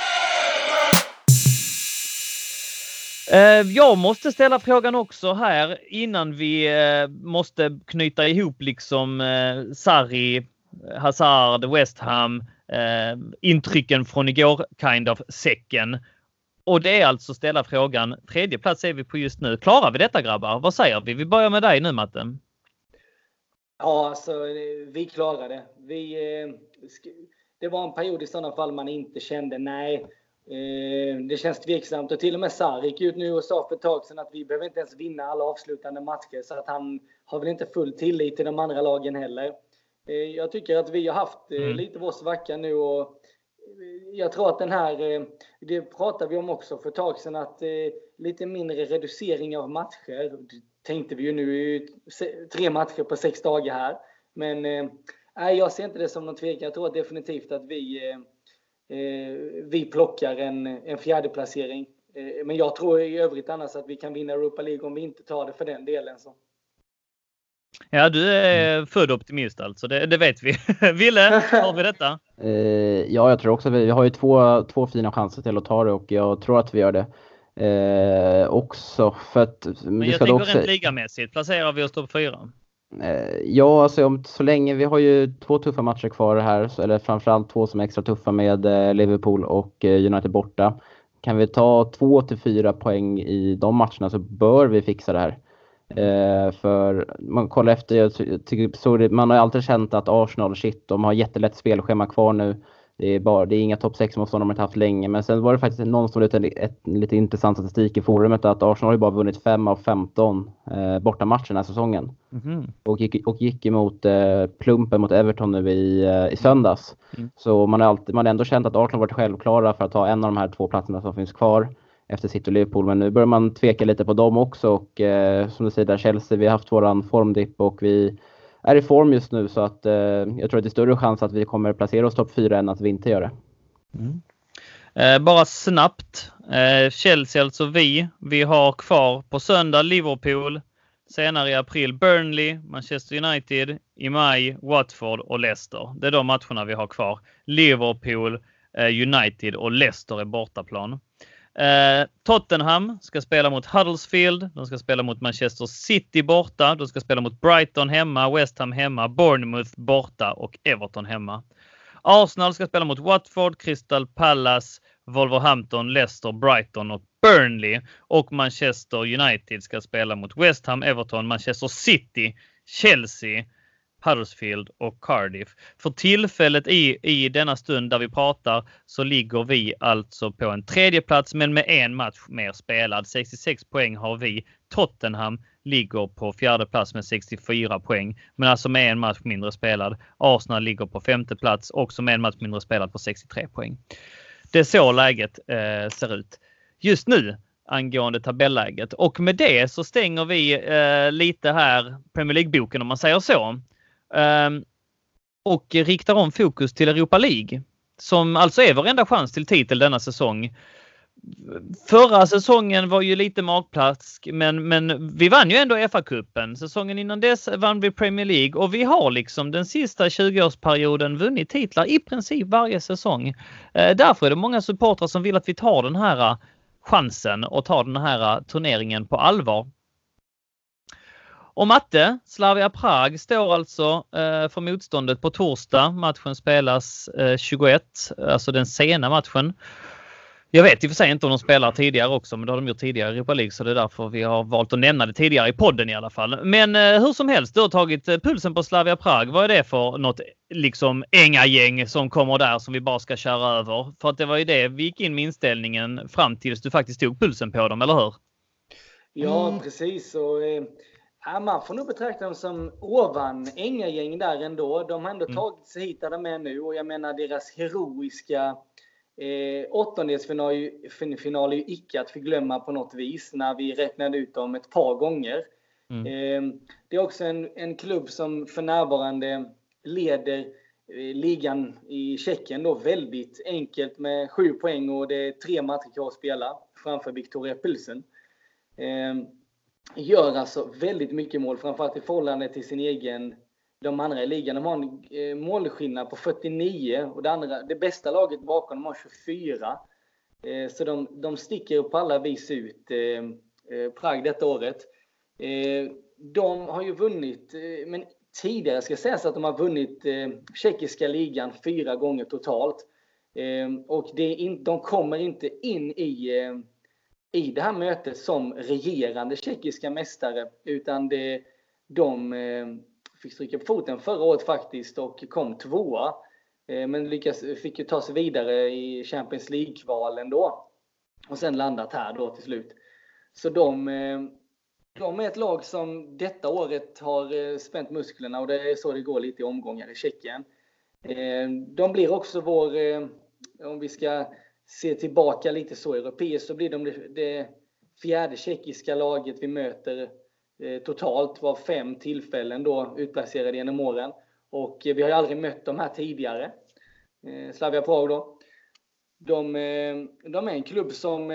Jag måste ställa frågan också här innan vi måste knyta ihop liksom Sarri, Hazard, West Ham, intrycken från igår kind of säcken. Och det är alltså ställa frågan, 3:e plats är vi på just nu. Klarar vi detta, grabbar? Vad säger vi? Vi börjar med dig nu, Matte. Ja, alltså vi klarar det. Det var en period i sådana fall man inte kände, nej, det känns tveksamt, och till och med Sarri gick ut nu och sa för ett tag sedan att vi behöver inte ens vinna alla avslutande matcher, så att han har väl inte full tillit till de andra lagen heller. Jag tycker att vi har haft lite vår svacka nu, och jag tror att den här, det pratar vi om också för ett tag sedan, att lite mindre reducering av matcher, det tänkte vi ju nu 3 matcher på 6 dagar här, men jag ser inte det som någon tvekan. Jag tror definitivt att vi plockar en 4:e placering. Men jag tror i övrigt annars att vi kan vinna Europa League om vi inte tar det för den delen. Så. Ja, du är född optimist alltså. Det vet vi. Ville, har vi detta? Ja, jag tror också att vi har ju två fina chanser till att ta det, och jag tror att vi gör det. Också för att... Men jag tänker rent ligamässigt. Placerar vi oss topp 4? Ja, alltså så länge vi har ju 2 tuffa matcher kvar här, eller framförallt 2 som är extra tuffa med Liverpool och United borta. Kan vi ta 2-4 poäng i de matcherna så bör vi fixa det här. För man kollar efter, jag tycker, man har ju alltid känt att Arsenal, de har jättelätt spelschema kvar nu. Det är inga topp 6 motståndare de har inte haft länge. Men sen var det faktiskt någon som hade ett lite intressant statistik i forumet, att Arsenal har ju bara vunnit 5 av 15 bortamatcher den här säsongen. Och gick emot plumpen mot Everton nu i söndags. Så man har ändå känt att Arsenal varit självklara för att ta en av de här 2 platserna som finns kvar efter City och Liverpool. Men nu börjar man tveka lite på dem också. Och som du säger där, Chelsea, vi har haft våran formdipp och vi är i form just nu, så att jag tror att det är större chans att vi kommer placera oss topp 4 än att vi inte gör det. Bara snabbt. Chelsea, alltså vi har kvar på söndag Liverpool, senare i april Burnley, Manchester United, i maj Watford och Leicester. Det är de matcherna vi har kvar. Liverpool, United och Leicester är bortaplan. Tottenham ska spela mot Huddersfield, de ska spela mot Manchester City borta, de ska spela mot Brighton hemma, West Ham hemma, Bournemouth borta och Everton hemma. Arsenal ska spela mot Watford, Crystal Palace, Wolverhampton, Leicester, Brighton och Burnley, och Manchester United ska spela mot West Ham, Everton, Manchester City, Chelsea, Huddersfield och Cardiff. För tillfället i denna stund där vi pratar så ligger vi alltså på en tredje plats men med en match mer spelad. 66 poäng har vi. Tottenham ligger på fjärde plats med 64 poäng. Men alltså med en match mindre spelad. Arsenal ligger på femte plats också med en match mindre spelad på 63 poäng. Det är så läget ser ut just nu angående tabelläget. Och med det så stänger vi lite här Premier League-boken om man säger så. Och riktar om fokus till Europa League. Som alltså är vår enda chans till titel denna säsong. Förra säsongen var ju lite magplask men vi vann ju ändå FA-cupen. Säsongen innan dess vann vi Premier League och vi har liksom den sista 20-årsperioden vunnit titlar i princip varje säsong. Därför är det många supportrar som vill att vi tar den här chansen och tar den här turneringen på allvar. Och Matte, Slavia Prag står alltså för motståndet på torsdag. Matchen spelas 21, alltså den sena matchen. Jag vet i och för sig inte om de spelar tidigare också, men det har de gjort tidigare i Europa League så det är därför vi har valt att nämna det tidigare i podden i alla fall. Men hur som helst, du har tagit pulsen på Slavia Prag. Vad är det för något liksom gäng som kommer där som vi bara ska köra över? För att det var ju det vi gick in med inställningen fram tills du faktiskt tog pulsen på dem, eller hur? Ja, precis. Och, man får nog betrakta dem som ovan gäng där ändå. De har ändå tagit sig hit där de är nu och jag menar deras heroiska åttondelsfinal är ju icke att förglömma på något vis när vi räknade ut dem ett par gånger. Det är också en klubb som för närvarande leder ligan i Tjeckien då väldigt enkelt med 7 poäng och det är 3 matcher kvar att spela framför Viktoria Pilsen. Gör alltså väldigt mycket mål, framförallt i förhållande till sin egen, de andra i ligan. De har en målskillnad på 49 och det bästa laget bakom de har 24. Så de sticker på alla vis ut Prag detta året. De har ju vunnit, men tidigare ska sägas att de har vunnit tjeckiska ligan 4 gånger totalt. Och de kommer inte in i det här mötet som regerande tjeckiska mästare, utan de fick stryka på foten förra året faktiskt och kom 2:a. Men fick ju ta sig vidare i Champions League-kvalen då. Och sen landat här då till slut. Så de är ett lag som detta året har spänt musklerna och det är så det går lite i omgångar i Tjeckien. De blir också om vi ska se tillbaka lite så europeiskt, så blir de det fjärde tjeckiska laget vi möter totalt, var 5 tillfällen då utplacerade genom åren. Och vi har ju aldrig mött de här tidigare. Slavia Prag då. De är en klubb som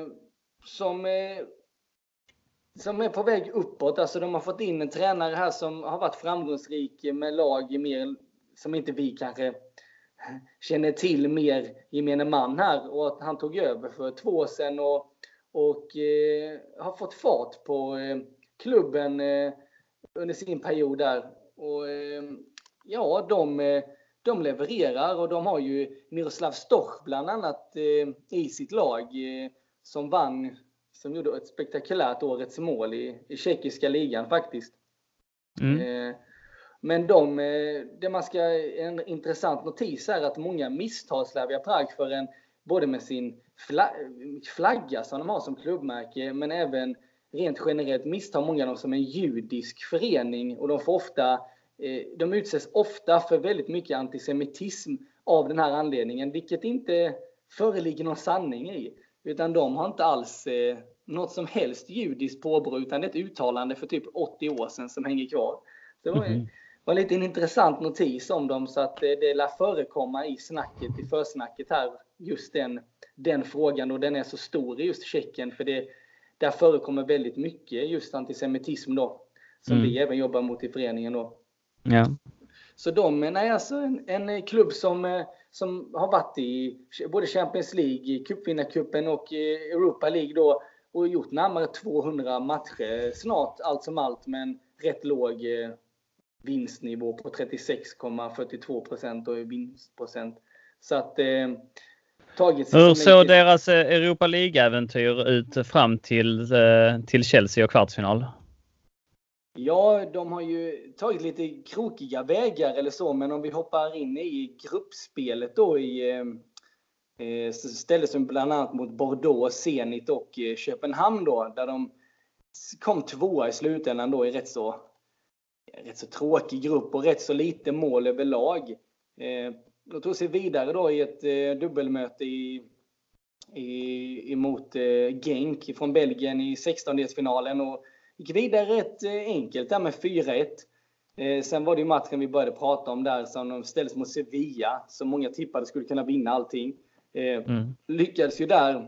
är på väg uppåt. Alltså de har fått in en tränare här som har varit framgångsrik med lag mer som inte vi kanske känner till mer gemene man här. Och att han tog över för 2 år sedan och har fått fart på klubben under sin period där. Och ja, de levererar och de har ju Miroslav Stoch bland annat i sitt lag som gjorde ett spektakulärt årets mål i tjeckiska ligan faktiskt. Men en intressant notis är att många misstar Slavia Prag för både med sin flagga som de har som klubbmärke, men även rent generellt misstar många av dem som en judisk förening, och de utsätts ofta för väldigt mycket antisemitism av den här anledningen, vilket inte föreligger någon sanning i, utan de har inte alls något som helst judiskt påbrå, utan det är ett uttalande för typ 80 år sedan som hänger kvar. Det var lite en intressant notis om dem, så att det lär förekomma i försnacket här, just den frågan, och den är så stor i just Tjeckien, för där förekommer väldigt mycket just antisemitism då, som vi även jobbar mot i föreningen då. Ja. Så de är alltså en klubb som har varit i både Champions League, cupvinnarcupen och Europa League då, och gjort närmare 200 matcher snart, allt som allt, med en rätt låg vinstnivå på 36,42% och vinstprocent. Så att hur såg deras Europa League-äventyr ut fram till Chelsea och kvartsfinal? Ja, de har ju tagit lite krokiga vägar eller så, men om vi hoppar in i gruppspelet då så ställdes de bland annat mot Bordeaux, Zenit och Köpenhamn då, där de kom 2 i slutändan då i rätt så tråkig grupp och rätt så lite mål överlag. De tog sig vidare då i ett dubbelmöte mot Genk från Belgien i 16-delsfinalen och gick vidare rätt enkelt där med 4-1. Sen var det ju matchen vi började prata om där som de ställdes mot Sevilla, som många tippade skulle kunna vinna allting. Lyckades ju där.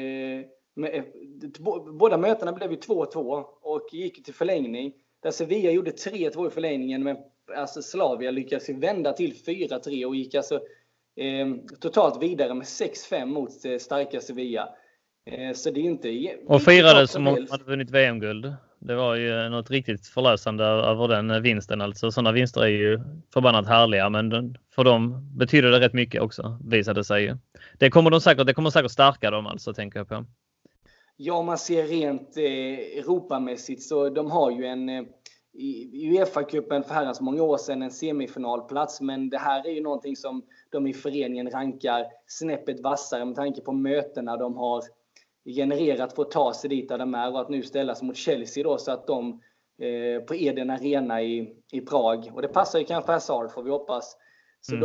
Båda mötena blev ju 2-2 och gick till förlängning. Där Sevilla gjorde 3-2 i förlängningen, men alltså Slavia lyckades vända till 4-3 och gick alltså totalt vidare med 6-5 mot starka Sevilla. Så det är inte... Och firade som om de hade vunnit VM-guld. Det var ju något riktigt förlösande över den vinsten. Alltså sådana vinster är ju förbannat härliga, men för dem betyder det rätt mycket också, visade sig ju. Det kommer säkert stärka dem alltså, tänker jag på. Ja, man ser rent Europamässigt så de har ju en i UEFA-cupen för herrans många år sedan en semifinalplats, men det här är ju någonting som de i föreningen rankar snäppet vassare med tanke på mötena de har genererat för att ta sig dit där de är och att nu ställas mot Chelsea då, så att de på Eden Arena i Prag, och det passar ju kanske Hazard får vi hoppas. Så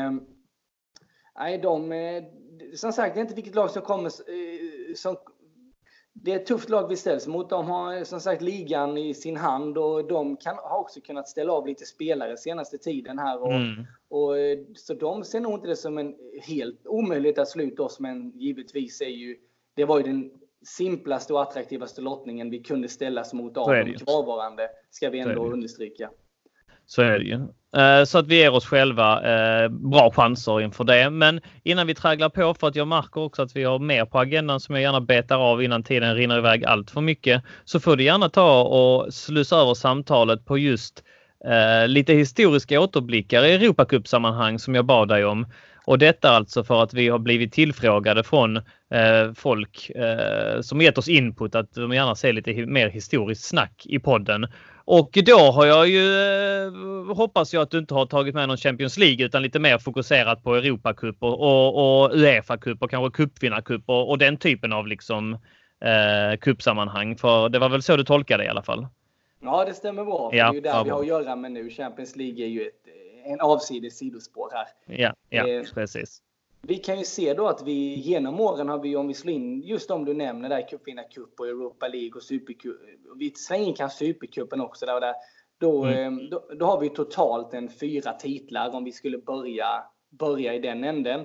som sagt, det är inte vilket lag som kommer det är ett tufft lag vi ställs mot. De har som sagt ligan i sin hand och de har också kunnat ställa av lite spelare senaste tiden här. Så de ser nog inte det som en helt omöjlighet att sluta oss, men givetvis det var ju den simplaste och attraktivaste lottningen vi kunde ställas mot av de kvarvarande, ska vi ändå understryka. Så är det ju. Så att vi ger oss själva bra chanser inför det. Men innan vi tragglar på, för att jag märker också att vi har mer på agendan som jag gärna betar av innan tiden rinner iväg allt för mycket, så får du gärna ta och slussa över samtalet på just lite historiska återblickar i Europacup-sammanhang som jag bad dig om. Och detta alltså för att vi har blivit tillfrågade från folk som gett oss input att de gärna ser lite mer historiskt snack i podden. Och då har jag ju hoppas jag att du inte har tagit med någon Champions League utan lite mer fokuserat på Europacup och UEFA-cup och kanske cupvinnarcup och den typen av liksom cupsammanhang. För det var väl så du tolkade i alla fall. Ja, det stämmer bra. För det är ju där vi har att göra med nu. Champions League är ju en avsides sidospår här. Ja, precis. Vi kan ju se då att vi genom åren har vi, om vi slår in just om du nämner där cupvinnarcup och Europa League och Supercup. Vi slänger in kanske Supercupen också där. Då har vi totalt 4 titlar om vi skulle börja i den änden.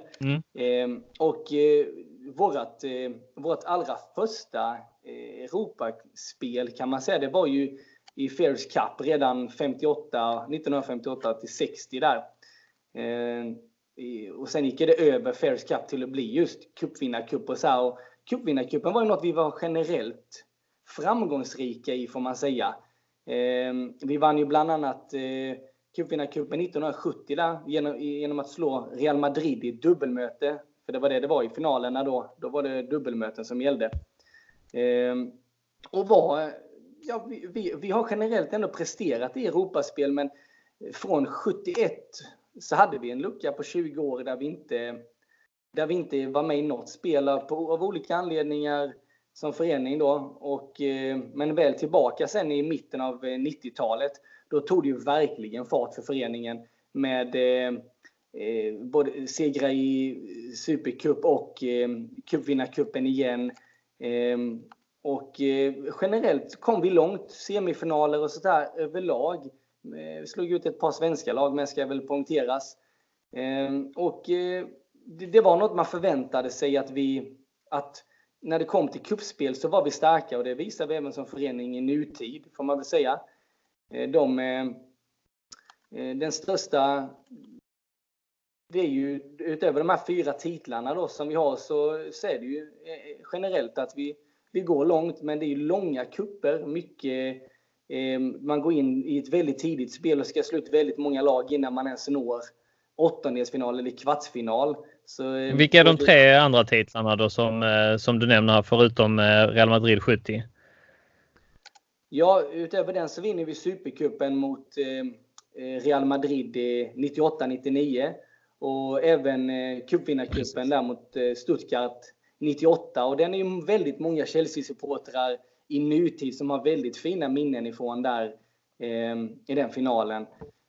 Vårt allra första Europaspel kan man säga, det var ju i Fairs Cup redan 1958 till 60 där. Och sen gick det över Fairs Cup till att bli just cupvinnarcup och så här. Och cupvinnarcupen var ju något vi var generellt framgångsrika i, får man säga. Vi vann ju bland annat cupvinnarcupen 1970 där, genom att slå Real Madrid i dubbelmöte. För det var det var i finalerna då. Då var det dubbelmöten som gällde. Vi har generellt ändå presterat i Europaspel, men från 71 så hade vi en lucka på 20 år där vi inte var med i något spel av olika anledningar som förening då. Men väl tillbaka sen i mitten av 90-talet, då tog det ju verkligen fart för föreningen med både segrar i Supercup och cupvinnarcupen igen. Generellt kom vi långt, semifinaler och sådär överlag. Vi slog ut ett par svenska lag, men ska väl poängteras. Det var något man förväntade sig att när det kom till kuppspel så var vi starka, och det visar vi även som förening i nutid, får man väl säga. Den största, det är ju utöver de här 4 titlarna då som vi har, så är det ju generellt att vi går långt, men det är ju långa kupper, mycket. Man går in i ett väldigt tidigt spel och ska sluta väldigt många lag innan man ens når åttondelsfinal eller kvartsfinal. Så, vilka är de 3 andra titlarna då som du nämner förutom Real Madrid 70? Ja, utöver den så vinner vi Supercupen mot Real Madrid 98-99 och även cupvinnarcupen där mot Stuttgart 98. Och den är ju väldigt många Chelsea-supportrar i nutid som har väldigt fina minnen ifrån där i den finalen.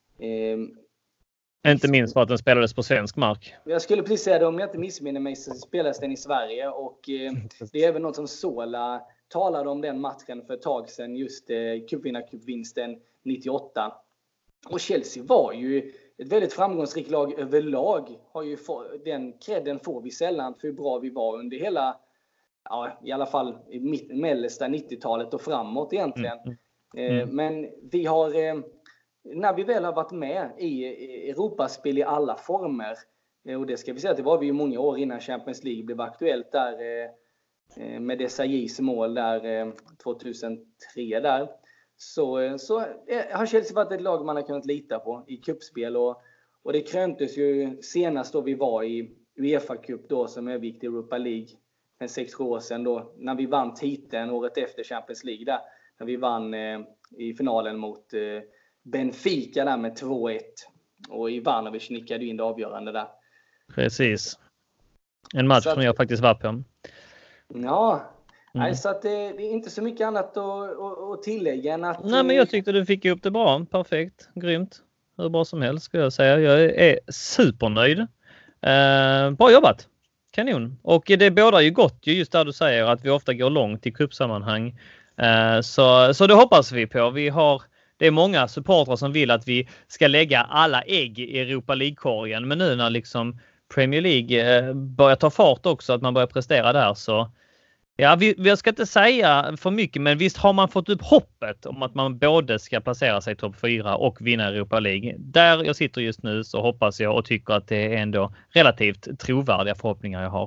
Inte minst för att den spelades på svensk mark. Jag skulle precis säga det, om jag inte missminner mig så spelas den i Sverige. Och det är även något som Sola talade om den matchen för ett tag sedan. Just cupvinnarcupvinsten 98. Och Chelsea var ju ett väldigt framgångsrikt lag överlag. Har ju den credden får vi sällan för hur bra vi var under hela, ja, i alla fall i mellersta 90-talet och framåt egentligen. Men vi har, när vi väl har varit med i Europaspel i alla former, och det ska vi säga att det var vi ju många år innan Champions League blev aktuellt där med Desaiis mål där 2003 där. Så har Chelsea varit ett lag man har kunnat lita på i cupspel, och det kröntes ju senast då vi var i UEFA Cup då som övergick Europa League för 6 år sedan då, när vi vann titeln året efter Champions League där, när vi vann i finalen mot Benfica där med 2-1, och Ivanovic nickade in det avgörande där. Precis. En match som jag faktiskt var på. Ja. Nej, så att det är inte så mycket annat att tillägga än att... Nej, men jag tyckte du fick upp det bra. Perfekt. Grymt. Hur bra som helst skulle jag säga. Jag är supernöjd. Bra jobbat. Kanon. Och det bådar ju gott just där du säger att vi ofta går långt i cupsammanhang. Så det hoppas vi på. Det är många supportrar som vill att vi ska lägga alla ägg i Europa League-korgen. Men nu när liksom Premier League börjar ta fart också, att man börjar prestera där, så... Ja, vi ska inte säga för mycket, men visst har man fått upp hoppet om att man både ska placera sig i topp 4 och vinna Europa League. Där jag sitter just nu så hoppas jag och tycker att det är ändå relativt trovärdiga förhoppningar jag har.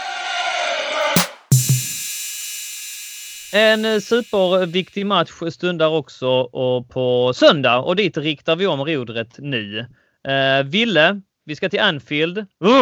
En superviktig match stundar också och på söndag, och dit riktar vi om rodret nu. Ville, vi ska till Anfield.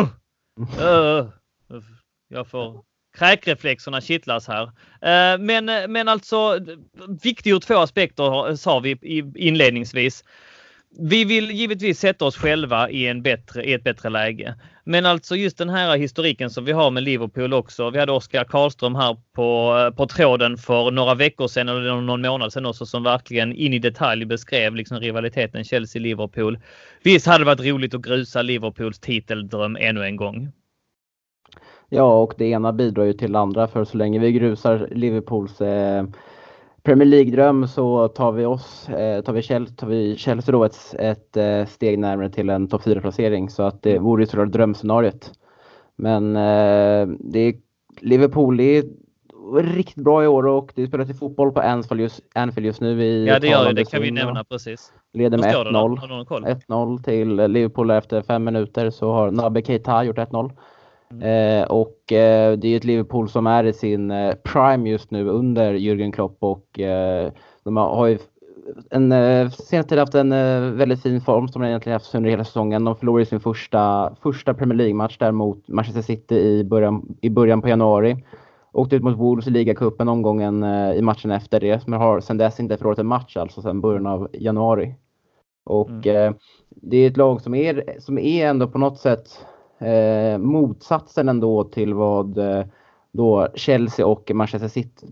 Jag får... Kräkreflexerna kittlas här. Men alltså, viktigt ur 2 aspekter sa vi inledningsvis. Vi vill givetvis sätta oss själva i ett bättre läge. Men alltså just den här historiken som vi har med Liverpool också. Vi hade Oskar Karlström här på tråden för några veckor sedan eller någon månad sedan också, som verkligen in i detalj beskrev liksom rivaliteten Chelsea-Liverpool. Visst hade det varit roligt att grusa Liverpools titeldröm ännu en gång. Ja, och det ena bidrar ju till det andra, för så länge vi grusar Liverpools Premier League-dröm så tar vi Chelsea då ett steg närmare till en topp 4-placering, så att det vore ju sådär drömscenariet. Men Liverpool är riktigt bra i år, och det spelas i fotboll på Anfield just nu i Ja, det gör det kan vi nämna precis. Leder med 1-0 till Liverpool efter 5 minuter, så har Naby Keita gjort 1-0. Och det är ett Liverpool som är i sin prime just nu under Jürgen Klopp, och de har ju senast haft en väldigt fin form som de egentligen haft under hela säsongen. De förlorade sin första Premier League-match där mot Manchester City i början på januari. Åkte ut mot Wolves i ligacupen omgången i matchen efter det, men har sedan dess inte förlorat en match, alltså sedan början av januari. Och det är ett lag som är ändå på något sätt motsatsen ändå till vad då Chelsea och Manchester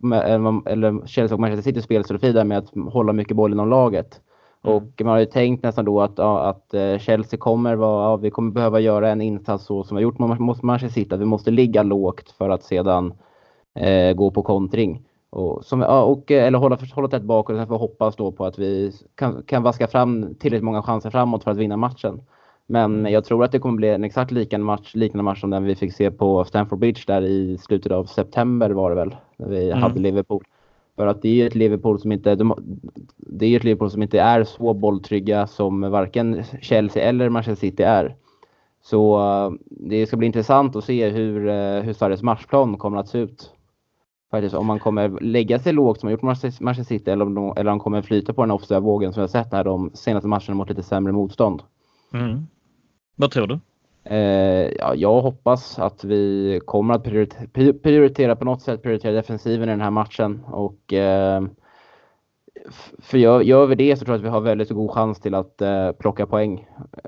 City spelar så fint med att hålla mycket boll inom laget. Och man har ju tänkt nästan då att Chelsea vi kommer behöva göra en insats så som vi har gjort mot Manchester City, att vi måste ligga lågt för att sedan gå på kontring eller hålla tätt bakåt, och sen får hoppas då på att vi kan vaska fram tillräckligt många chanser framåt för att vinna matchen. Men jag tror att det kommer bli en exakt liknande match som den vi fick se på Stamford Bridge där i slutet av september var det väl, när vi hade Liverpool. För att det är ett Liverpool som inte är så bolltrygga som varken Chelsea eller Manchester City är. Så det ska bli intressant att se hur Sarris matchplan kommer att se ut. Faktiskt, om man kommer lägga sig lågt som man gjort Manchester City, eller om de kommer flyta på den offensiva vågen som vi har sett här de senaste matcherna mot lite sämre motstånd. Vad tror du? Jag hoppas att vi kommer att prioritera defensiven i den här matchen, och För gör vi det så tror jag att vi har väldigt god chans till att plocka poäng.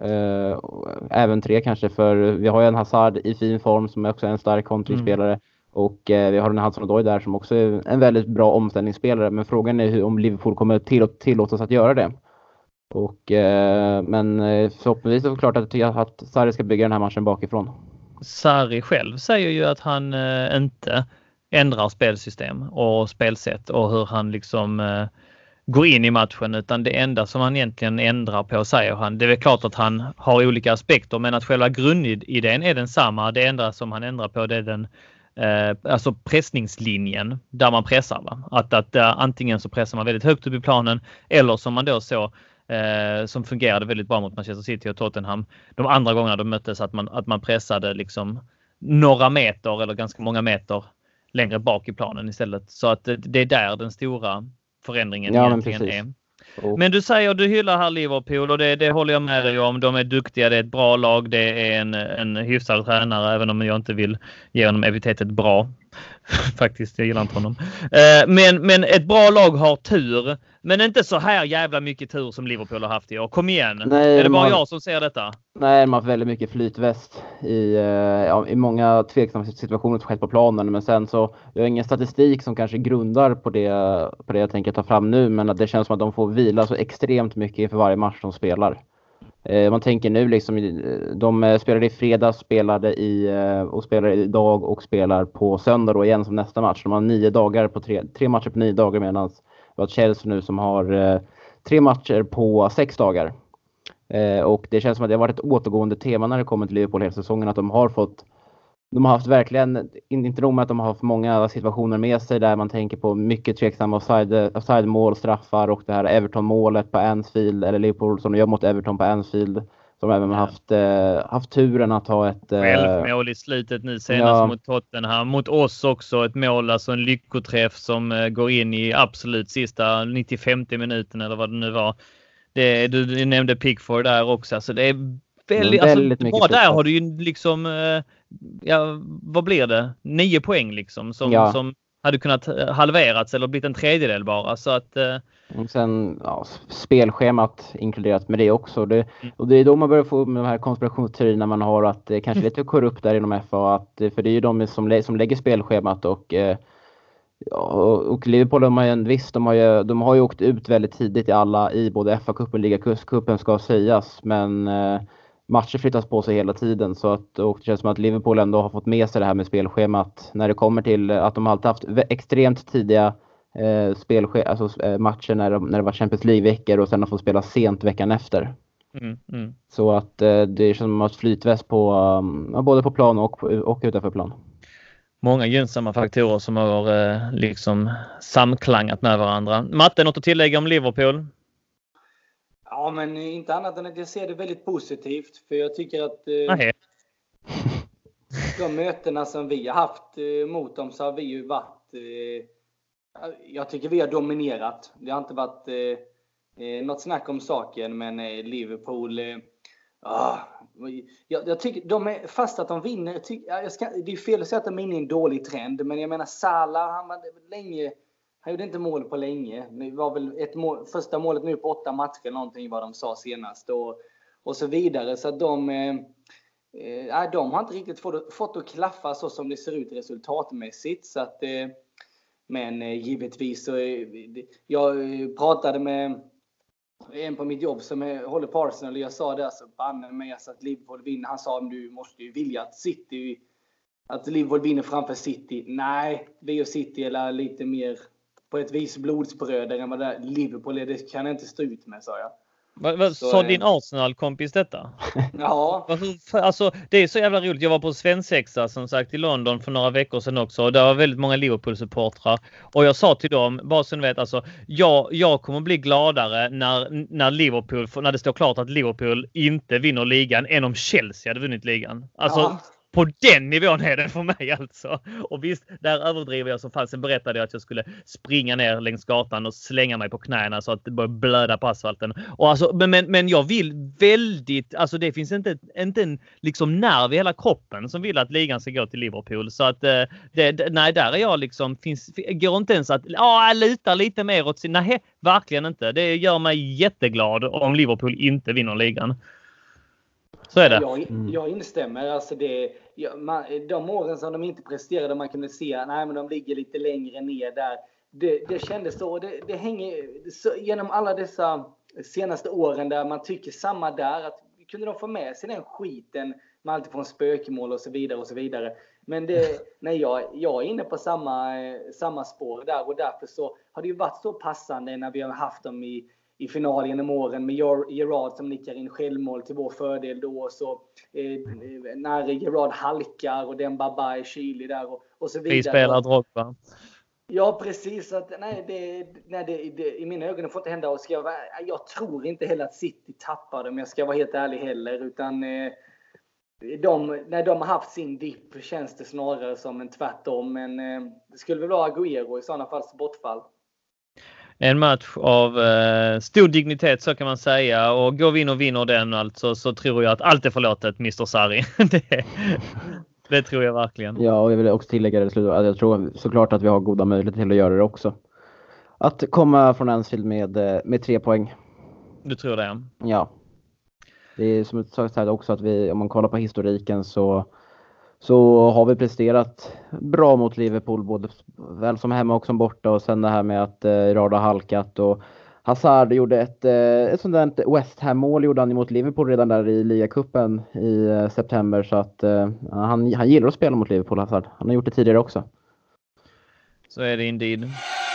Även 3 kanske, för vi har ju en Hazard i fin form som är också en stark kontringsspelare. Och vi har en Hudson-Odoi där som också är en väldigt bra omställningsspelare. Men frågan är om Liverpool kommer tillåtas att göra det. Och, men förhoppningsvis är det klart att Sarri ska bygga den här matchen bakifrån. Sarri själv säger ju att han inte ändrar spelsystem och spelsätt och hur han liksom går in i matchen, utan det enda som han egentligen ändrar på, säger han. Det är väl klart att han har olika aspekter, men att själva grundidén är densamma. Det enda som han ändrar på, det är den alltså pressningslinjen där man pressar. Va? Att antingen så pressar man väldigt högt upp i planen, eller som man då så som fungerade väldigt bra mot Manchester City och Tottenham de andra gångerna de möttes, att man pressade liksom några meter eller ganska många meter längre bak i planen istället. Så att det är där den stora förändringen egentligen är. Men du säger, du hyllar här Liverpool, och det håller jag med dig om. De är duktiga, det är ett bra lag, det är en hyfsad tränare, även om jag inte vill ge honom epitetet bra. Faktiskt, jag gillar inte honom. Men ett bra lag har tur, men inte så här jävla mycket tur som Liverpool har haft i år. Kom igen. Nej, är det bara jag som ser detta? Nej, man har väldigt mycket flytväst i många tveksamma situationer som skett på planen. Men sen så, jag har ingen statistik som kanske grundar på det jag tänker ta fram nu. Men att det känns som att de får vila så extremt mycket inför varje match de spelar. Man tänker nu liksom, de spelade i fredags, spelar idag och spelar på söndag då igen som nästa match. De har 9 dagar på 3 matcher på 9 dagar, medan vi har Chelsea nu som har 3 matcher på 6 dagar. Och det känns som att det har varit ett återgående tema när det kommer till Liverpool hela säsongen, att de har haft verkligen, inte nog med att de har haft många situationer med sig där man tänker på mycket tveksamma offside-mål, straffar och det här Everton-målet på Anfield, eller Liverpool som de gör mot Everton på Anfield, som även haft turen att ha ett självmål i slutet nu senast mot Tottenham, mot oss också ett mål, alltså en lyckoträff som går in i absolut sista 95 minuten eller vad det nu var. Du nämnde Pickford där också, så det är väldigt mycket. Bara där har du ju liksom vad blir det? 9 poäng liksom som hade kunnat halverats eller blivit en tredjedel bara, så att sen spelschemat inkluderat med det också. Och det är då man börjar få med de här konspirationsteorierna man har, att det kanske är lite korrupt där inom FA, för det är ju de som lägger spelschemat och Liverpool, de har ju åkt ut väldigt tidigt i både FA-cupen och Liga-cupen ska sägas, men matcher flyttas på sig hela tiden, så att, och det känns som att Liverpool ändå har fått med sig det här med spelschemat när det kommer till att de alltid haft extremt tidiga matcher när det var Champions League-veckor, och sen har fått spela sent veckan efter. Så att det är som att flytväst på både på plan och utanför plan. Många gynnsamma faktorer som har liksom samklangat med varandra. Matte, något att tillägga om Liverpool? Ja, men inte annat än att jag ser det väldigt positivt. För jag tycker att de mötena som vi har haft mot dem, så har vi ju varit... jag tycker vi har dominerat. Det har inte varit något snack om saken, men Liverpool... jag tycker de är, fast att de vinner, det är fel att säga att de är inne i en dålig trend, men jag menar Salah, han gjorde inte mål på länge. Det var väl första målet nu på 8 matcher någonting, vad de sa senast och så vidare, så att de har inte riktigt fått att klaffa så som det ser ut resultatmässigt, så att men givetvis så jag pratade med en på mitt jobb som håller på Arsenal, och jag sa det, alltså banne mig att Liverpool vinner. Han sa, du måste ju vilja att Liverpool vinner framför City. Nej, vi och City är lite mer på ett vis blodsbröder än vad det Liverpool är. Det kan jag inte stå ut med, sa jag. Vad sa din Arsenal-kompis detta? Ja. Alltså, det är så jävla roligt. Jag var på svensexa som sagt i London för några veckor sedan också. Och det var väldigt många Liverpool-supportrar. Och jag sa till dem, bara så ni vet, alltså, jag kommer bli gladare när Liverpool, när det står klart att Liverpool inte vinner ligan, än om Chelsea hade vunnit ligan. Alltså, På den nivån är det för mig alltså. Och visst, där överdriver jag som fall. Sen berättade jag att jag skulle springa ner längs gatan och slänga mig på knäna så att det börjar blöda på asfalten. Och alltså, men jag vill väldigt, alltså det finns inte en liksom nerv i hela kroppen som vill att ligan ska gå till Liverpool. Så att nej, där är jag liksom, går inte ens att luta lite mer åt sin, nej, verkligen inte. Det gör mig jätteglad om Liverpool inte vinner ligan. Så är det. Jag instämmer. Alltså de åren som de inte presterade, man kunde se men de ligger lite längre ner där. Det kändes så. Det hänger så, genom alla dessa senaste åren där man tycker samma där. Att kunde de få med sig den skiten med allt från spökmål och så vidare och så vidare. Men jag är inne på samma spår där, och därför så har det ju varit så passande när vi har haft dem i final genom åren med Gerrard som nickar in självmål till vår fördel då, så när Gerrard halkar och den Baba är kylig där och så vidare. Vi spelar Drogba. Ja, precis. Att, i mina ögon får inte hända. Och jag tror inte heller att City tappar dem, jag ska vara helt ärlig heller, utan när de har haft sin dipp känns det snarare som en tvärtom, men det skulle väl vara Agüero i sådana fall bortfall. En match av stor dignitet, så kan man säga. Och går vi in och vinner den alltså, så tror jag att allt är förlåtet, Mr. Sarri. det tror jag verkligen. Ja, och jag vill också tillägga det. Jag tror såklart att vi har goda möjligheter till att göra det också. Att komma från Anfield med 3 poäng. Du tror det? Ja. Det är som sagt också att om man kollar på historiken så har vi presterat bra mot Liverpool, både väl som hemma och som borta. Och sen det här med att Gerrard har halkat, och Hazard gjorde ett sånt där West Ham-mål gjorde han mot Liverpool redan där i ligacupen i september. Så att han gillar att spela mot Liverpool, Hazard. Han har gjort det tidigare också. Så är det indeed.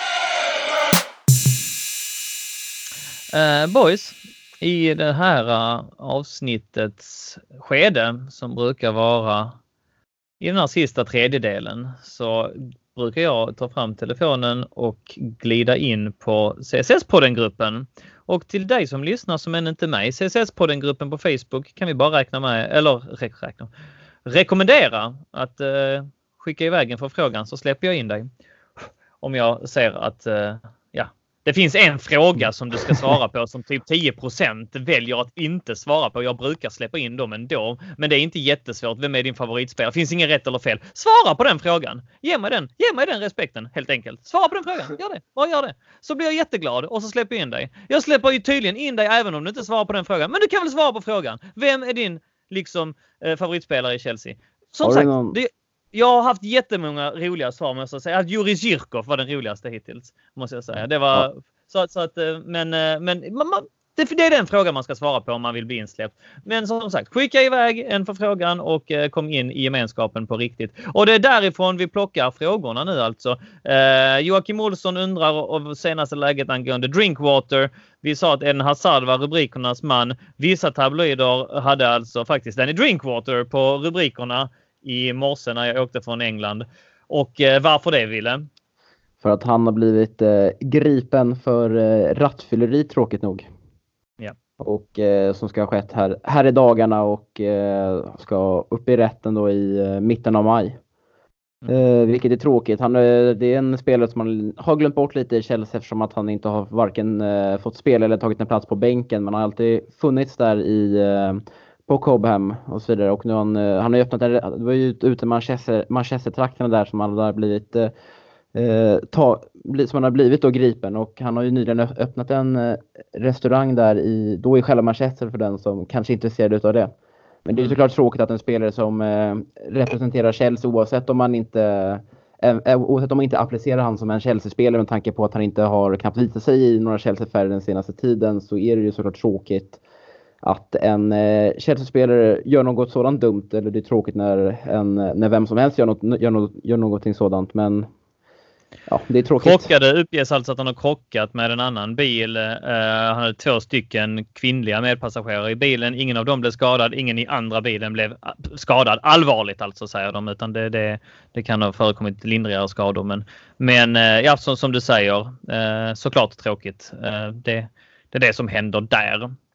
Boys, i det här avsnittets skede som brukar vara i den här sista tredjedelen, så brukar jag ta fram telefonen och glida in på CSS-podden-gruppen. Och till dig som lyssnar som än inte mig, CSS-podden-gruppen på Facebook kan vi bara rekommendera att skicka iväg en förfrågan, så släpper jag in dig. Om jag ser att det finns en fråga som du ska svara på som typ 10% väljer att inte svara på. Jag brukar släppa in dem ändå. Men det är inte jättesvårt. Vem är din favoritspelare? Finns ingen rätt eller fel. Svara på den frågan. Ge mig den respekten, helt enkelt. Svara på den frågan. Gör det. Bara gör det. Så blir jag jätteglad och så släpper jag in dig. Jag släpper ju tydligen in dig även om du inte svarar på den frågan. Men du kan väl svara på frågan. Vem är din favoritspelare i Chelsea? Som sagt, jag har haft jättemånga roliga svar, måste jag säga. Att Juri Zirkov var den roligaste hittills, måste jag säga. Det var så att men det är den frågan man ska svara på om man vill bli insläppt. Men som sagt, skicka iväg en förfrågan och kom in i gemenskapen på riktigt. Och det är därifrån vi plockar frågorna nu alltså. Joakim Olsson undrar om senaste läget angående Drinkwater. Vi sa att Eden Hazard var rubrikernas man. Vissa tabloider hade alltså faktiskt Danny Drinkwater på rubrikerna i morse när jag åkte från England. Och varför det, Ville? För att han har blivit gripen för rattfylleri, tråkigt nog. Ja. Och som ska ha skett här i dagarna och ska upp i rätten då i mitten av maj. Vilket är tråkigt. Det är en spelare som man har glömt bort lite i Chelsea, eftersom att han inte har varken fått spela eller tagit en plats på bänken. Men han har alltid funnits där på Cobham och så vidare. Och nu han har ju öppnat det var ju ute i Manchester-trakterna där som han har blivit som han har blivit då gripen. Och han har ju nyligen öppnat en restaurang där i själva Manchester, för den som kanske är intresserad utav det. Men det är såklart tråkigt att en spelare som representerar Chelsea, oavsett om man inte applicerar han som en Chelsea-spelare med tanke på att han inte har knappt visat sig i några Chelsea-färger den senaste tiden, så är det ju såklart tråkigt att en Chelsea-spelare gör något sådant dumt. Eller det är tråkigt när vem som helst gör någonting sådant. Men ja, det är tråkigt. Uppges alltså att han har krockat med en annan bil. Han hade 2 stycken kvinnliga medpassagerare i bilen. Ingen av dem blev skadad. Ingen i andra bilen blev skadad. Allvarligt alltså, säger de. Utan det kan ha förekommit lindrigare skador. Men ja, som du säger, såklart tråkigt. Det är det som händer där.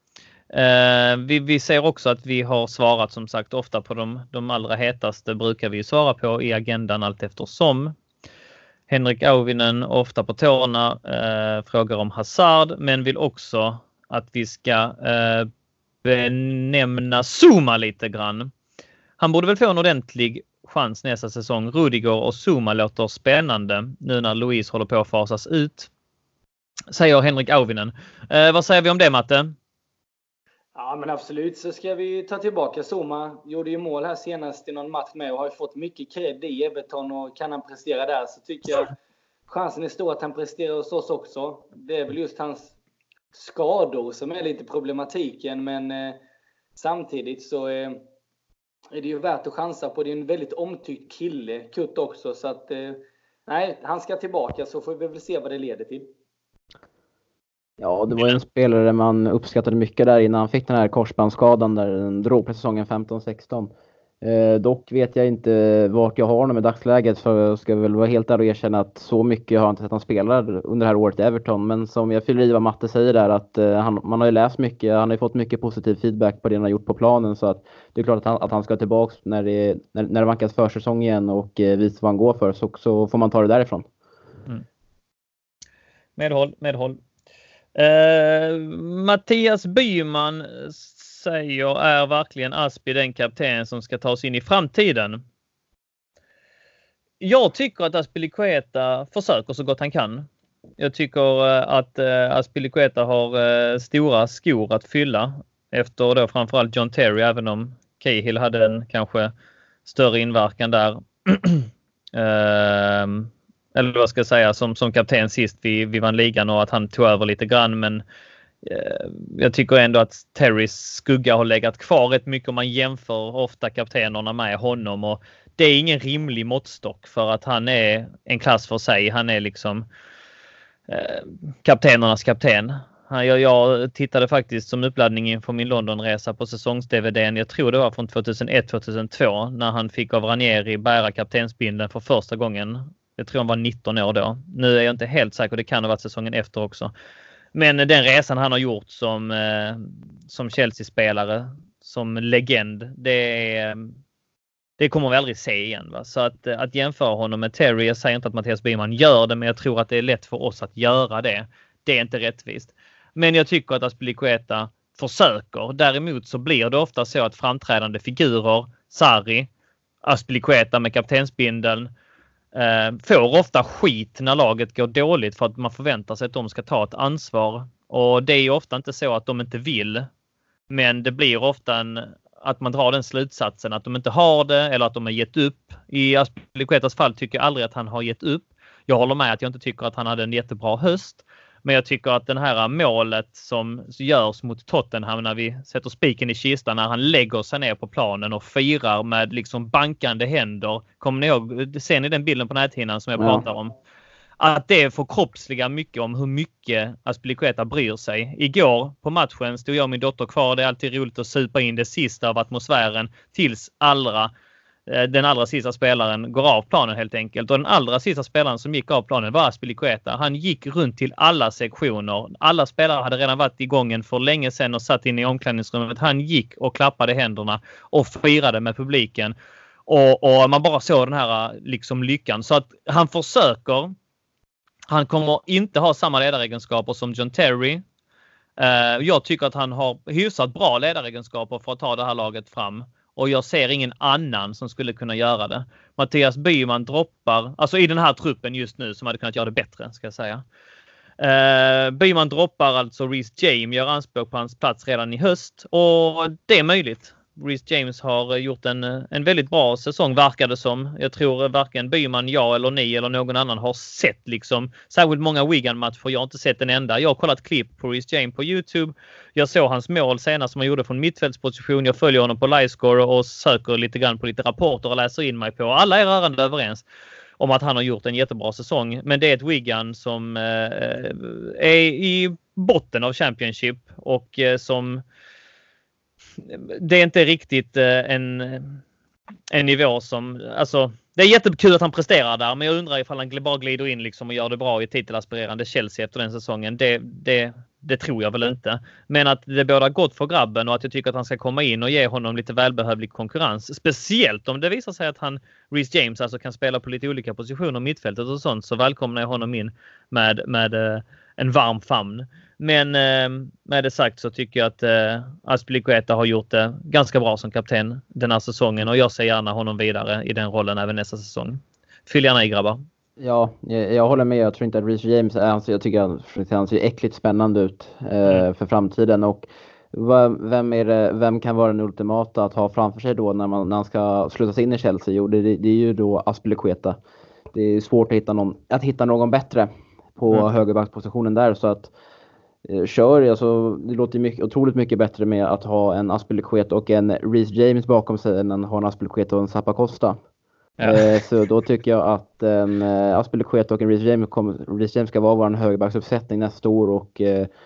Vi ser också att vi har svarat som sagt ofta på de allra hetaste brukar vi svara på i agendan allt eftersom. Henrik Auvinen ofta på tårna frågar om Hazard men vill också att vi ska benämna Zuma lite grann. Han borde väl få en ordentlig chans nästa säsong. Rudiger och Zuma låter spännande nu när Luis håller på att fasas ut. Säger Henrik Auvinen. Vad säger vi om det, Matte? Ja, men absolut så ska vi ta tillbaka Zuma. Gjorde ju mål här senast i någon match med och har ju fått mycket cred i Everton och kan han prestera där så tycker jag chansen är stor att han presterar hos oss också. Det är väl just hans skador som är lite problematiken men samtidigt så är det ju värt att chansa på. Det är en väldigt omtyckt kille, Kurt också, så att nej, han ska tillbaka så får vi väl se vad det leder till. Ja, det var ju en spelare man uppskattade mycket där innan han fick den här korsbandsskadan där den drog på säsongen 15-16. Dock vet jag inte vart jag har honom i dagsläget för jag ska väl vara helt ärlig och erkänna att så mycket har jag inte sett han spelar under det här året i Everton. Men som jag fyller i vad Matte säger där att man har ju läst mycket, han har ju fått mycket positiv feedback på det han har gjort på planen så att det är klart att han ska tillbaka när det vankas försäsong igen och visa vad han går för så får man ta det därifrån. Medhåll. Mattias Byman säger är verkligen Aspi den kapten som ska ta oss in i framtiden. Jag tycker att Azpilicueta försöker så gott han kan. Jag tycker att Azpilicueta har stora skor att fylla efter då framförallt John Terry även om Cahill hade en kanske större inverkan där. Eller vad ska jag säga som kapten sist vi vann ligan och att han tog över lite grann men jag tycker ändå att Terrys skugga har legat kvar rätt mycket om man jämför ofta kaptenerna med honom och det är ingen rimlig måttstock för att han är en klass för sig. Han är liksom kaptenernas kapten. Jag tittade faktiskt som uppladdning inför min Londonresa på säsongs-DVD:n. Jag tror det var från 2001-2002 när han fick av Ranieri bära kaptensbindeln för första gången. Jag tror han var 19 år då. Nu är jag inte helt säker, det kan ha varit säsongen efter också. Men den resan han har gjort som Chelsea-spelare, som legend, det kommer vi aldrig se igen. Va? Så att jämföra honom med Terry, jag säger inte att Mattias Byman gör det, men jag tror att det är lätt för oss att göra det. Det är inte rättvist. Men jag tycker att Azpilicueta försöker. Däremot så blir det ofta så att framträdande figurer, Sarri, Azpilicueta med kaptensbindeln, får ofta skit när laget går dåligt för att man förväntar sig att de ska ta ett ansvar. Och det är ju ofta inte så att de inte vill. Men det blir ofta att man drar den slutsatsen att de inte har det eller att de har gett upp. I Azpilicuetas fall tycker jag aldrig att han har gett upp. Jag håller med att jag inte tycker att han hade en jättebra höst. Men jag tycker att den här målet som görs mot Tottenham när vi sätter spiken i kistan, när han lägger sig ner på planen och firar med liksom bankande händer. Kommer ni ihåg, ser ni den bilden på näthinnan som jag pratar om? Att det får kroppsliga mycket om hur mycket Azpilicueta bryr sig. Igår på matchen stod jag och min dotter kvar. Det är alltid roligt att supa in det sista av atmosfären tills den allra sista spelaren går av planen helt enkelt. Och den allra sista spelaren som gick av planen var Azpilicueta. Han gick runt till alla sektioner. Alla spelare hade redan varit i gången för länge sedan och satt in i omklädningsrummet. Han gick och klappade händerna och firade med publiken. Och man bara såg den här liksom lyckan. Så att han försöker. Han kommer inte ha samma ledaregenskaper som John Terry. Jag tycker att han har hyfsat bra ledaregenskaper för att ta det här laget fram. Och jag ser ingen annan som skulle kunna göra det. Mattias Byman droppar, alltså i den här truppen just nu som hade kunnat göra det bättre ska jag säga. Byman droppar alltså Reece James, gör anspråk på hans plats redan i höst. Och det är möjligt. Reece James har gjort en väldigt bra säsong verkar det som. Jag tror varken Byman, jag eller ni eller någon annan har sett liksom särskilt många Wigan-matcher. Jag har inte sett en enda. Jag har kollat klipp på Reece James på YouTube. Jag såg hans mål senast som han gjorde från mittfältsposition. Jag följer honom på livescore och söker lite grann på lite rapporter och läser in mig på. Alla är rörande överens om att han har gjort en jättebra säsong. Men det är ett Wigan som är i botten av Championship och som det är inte riktigt en nivå som, alltså det är jättekul att han presterar där, men jag undrar ifall han bara glider in liksom och gör det bra i titelaspirerande Chelsea efter den säsongen. det tror jag väl inte. Men att det båda gott för grabben och att jag tycker att han ska komma in och ge honom lite välbehövlig konkurrens. Speciellt om det visar sig att Reece James alltså kan spela på lite olika positioner i mittfältet och sånt, så välkomnar jag honom in med en varm famn. Men med det sagt så tycker jag att Azpilicueta har gjort det ganska bra som kapten den här säsongen och jag ser gärna honom vidare i den rollen även nästa säsong. Fyll gärna i, grabbar. Ja, jag håller med. Jag tror inte att Reece James jag tycker han ser äckligt spännande ut för framtiden. Och vem kan vara den ultimata att ha framför sig då när han ska slutas in i Chelsea? Jo, det är ju då Azpilicueta. Det är svårt att hitta någon bättre på högerbackspositionen där, så att alltså, det låter otroligt mycket bättre med att ha en Azpilicueta och en Reece James bakom sig än att ha en Azpilicueta och en Zappacosta. Ja. Så då tycker jag att en Azpilicueta och en Reece James ska vara vår högerbacksuppsättning nästa år och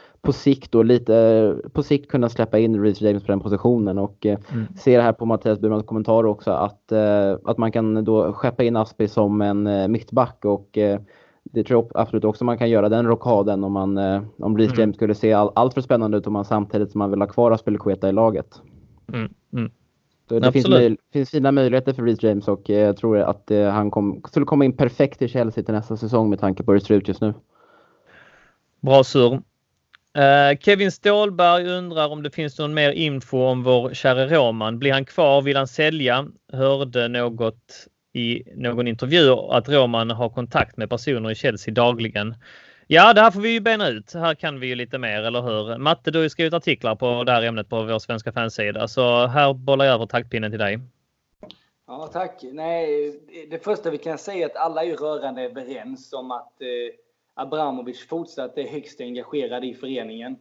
på sikt kunna släppa in Reece James på den positionen och se det här på Mattias Burmans kommentar också att man kan då skeppa in Aspi som en mittback och det tror jag absolut också man kan göra den rockaden om Reece James skulle se allt för spännande ut om man samtidigt som man vill ha kvar Azpilicueta i laget. Det finns fina möjligheter för Reece James och jag tror att han skulle komma in perfekt i Chelsea till nästa säsong med tanke på hur det ser ut just nu. Bra sur. Kevin Stålberg undrar om det finns någon mer info om vår kära Roman. Blir han kvar? Vill han sälja? Hörde något i någon intervju att Roman har kontakt med personer i Chelsea dagligen. Ja, det här får vi ju bena ut. Här kan vi ju lite mer, eller hur? Matte, du har ju skrivit artiklar på det här ämnet på vår svenska fansida. Så här bollar jag över taktpinnen till dig. Ja, tack. Nej, det första vi kan säga är att alla är rörande överens om att Abramovic fortsatt är högst engagerad i föreningen.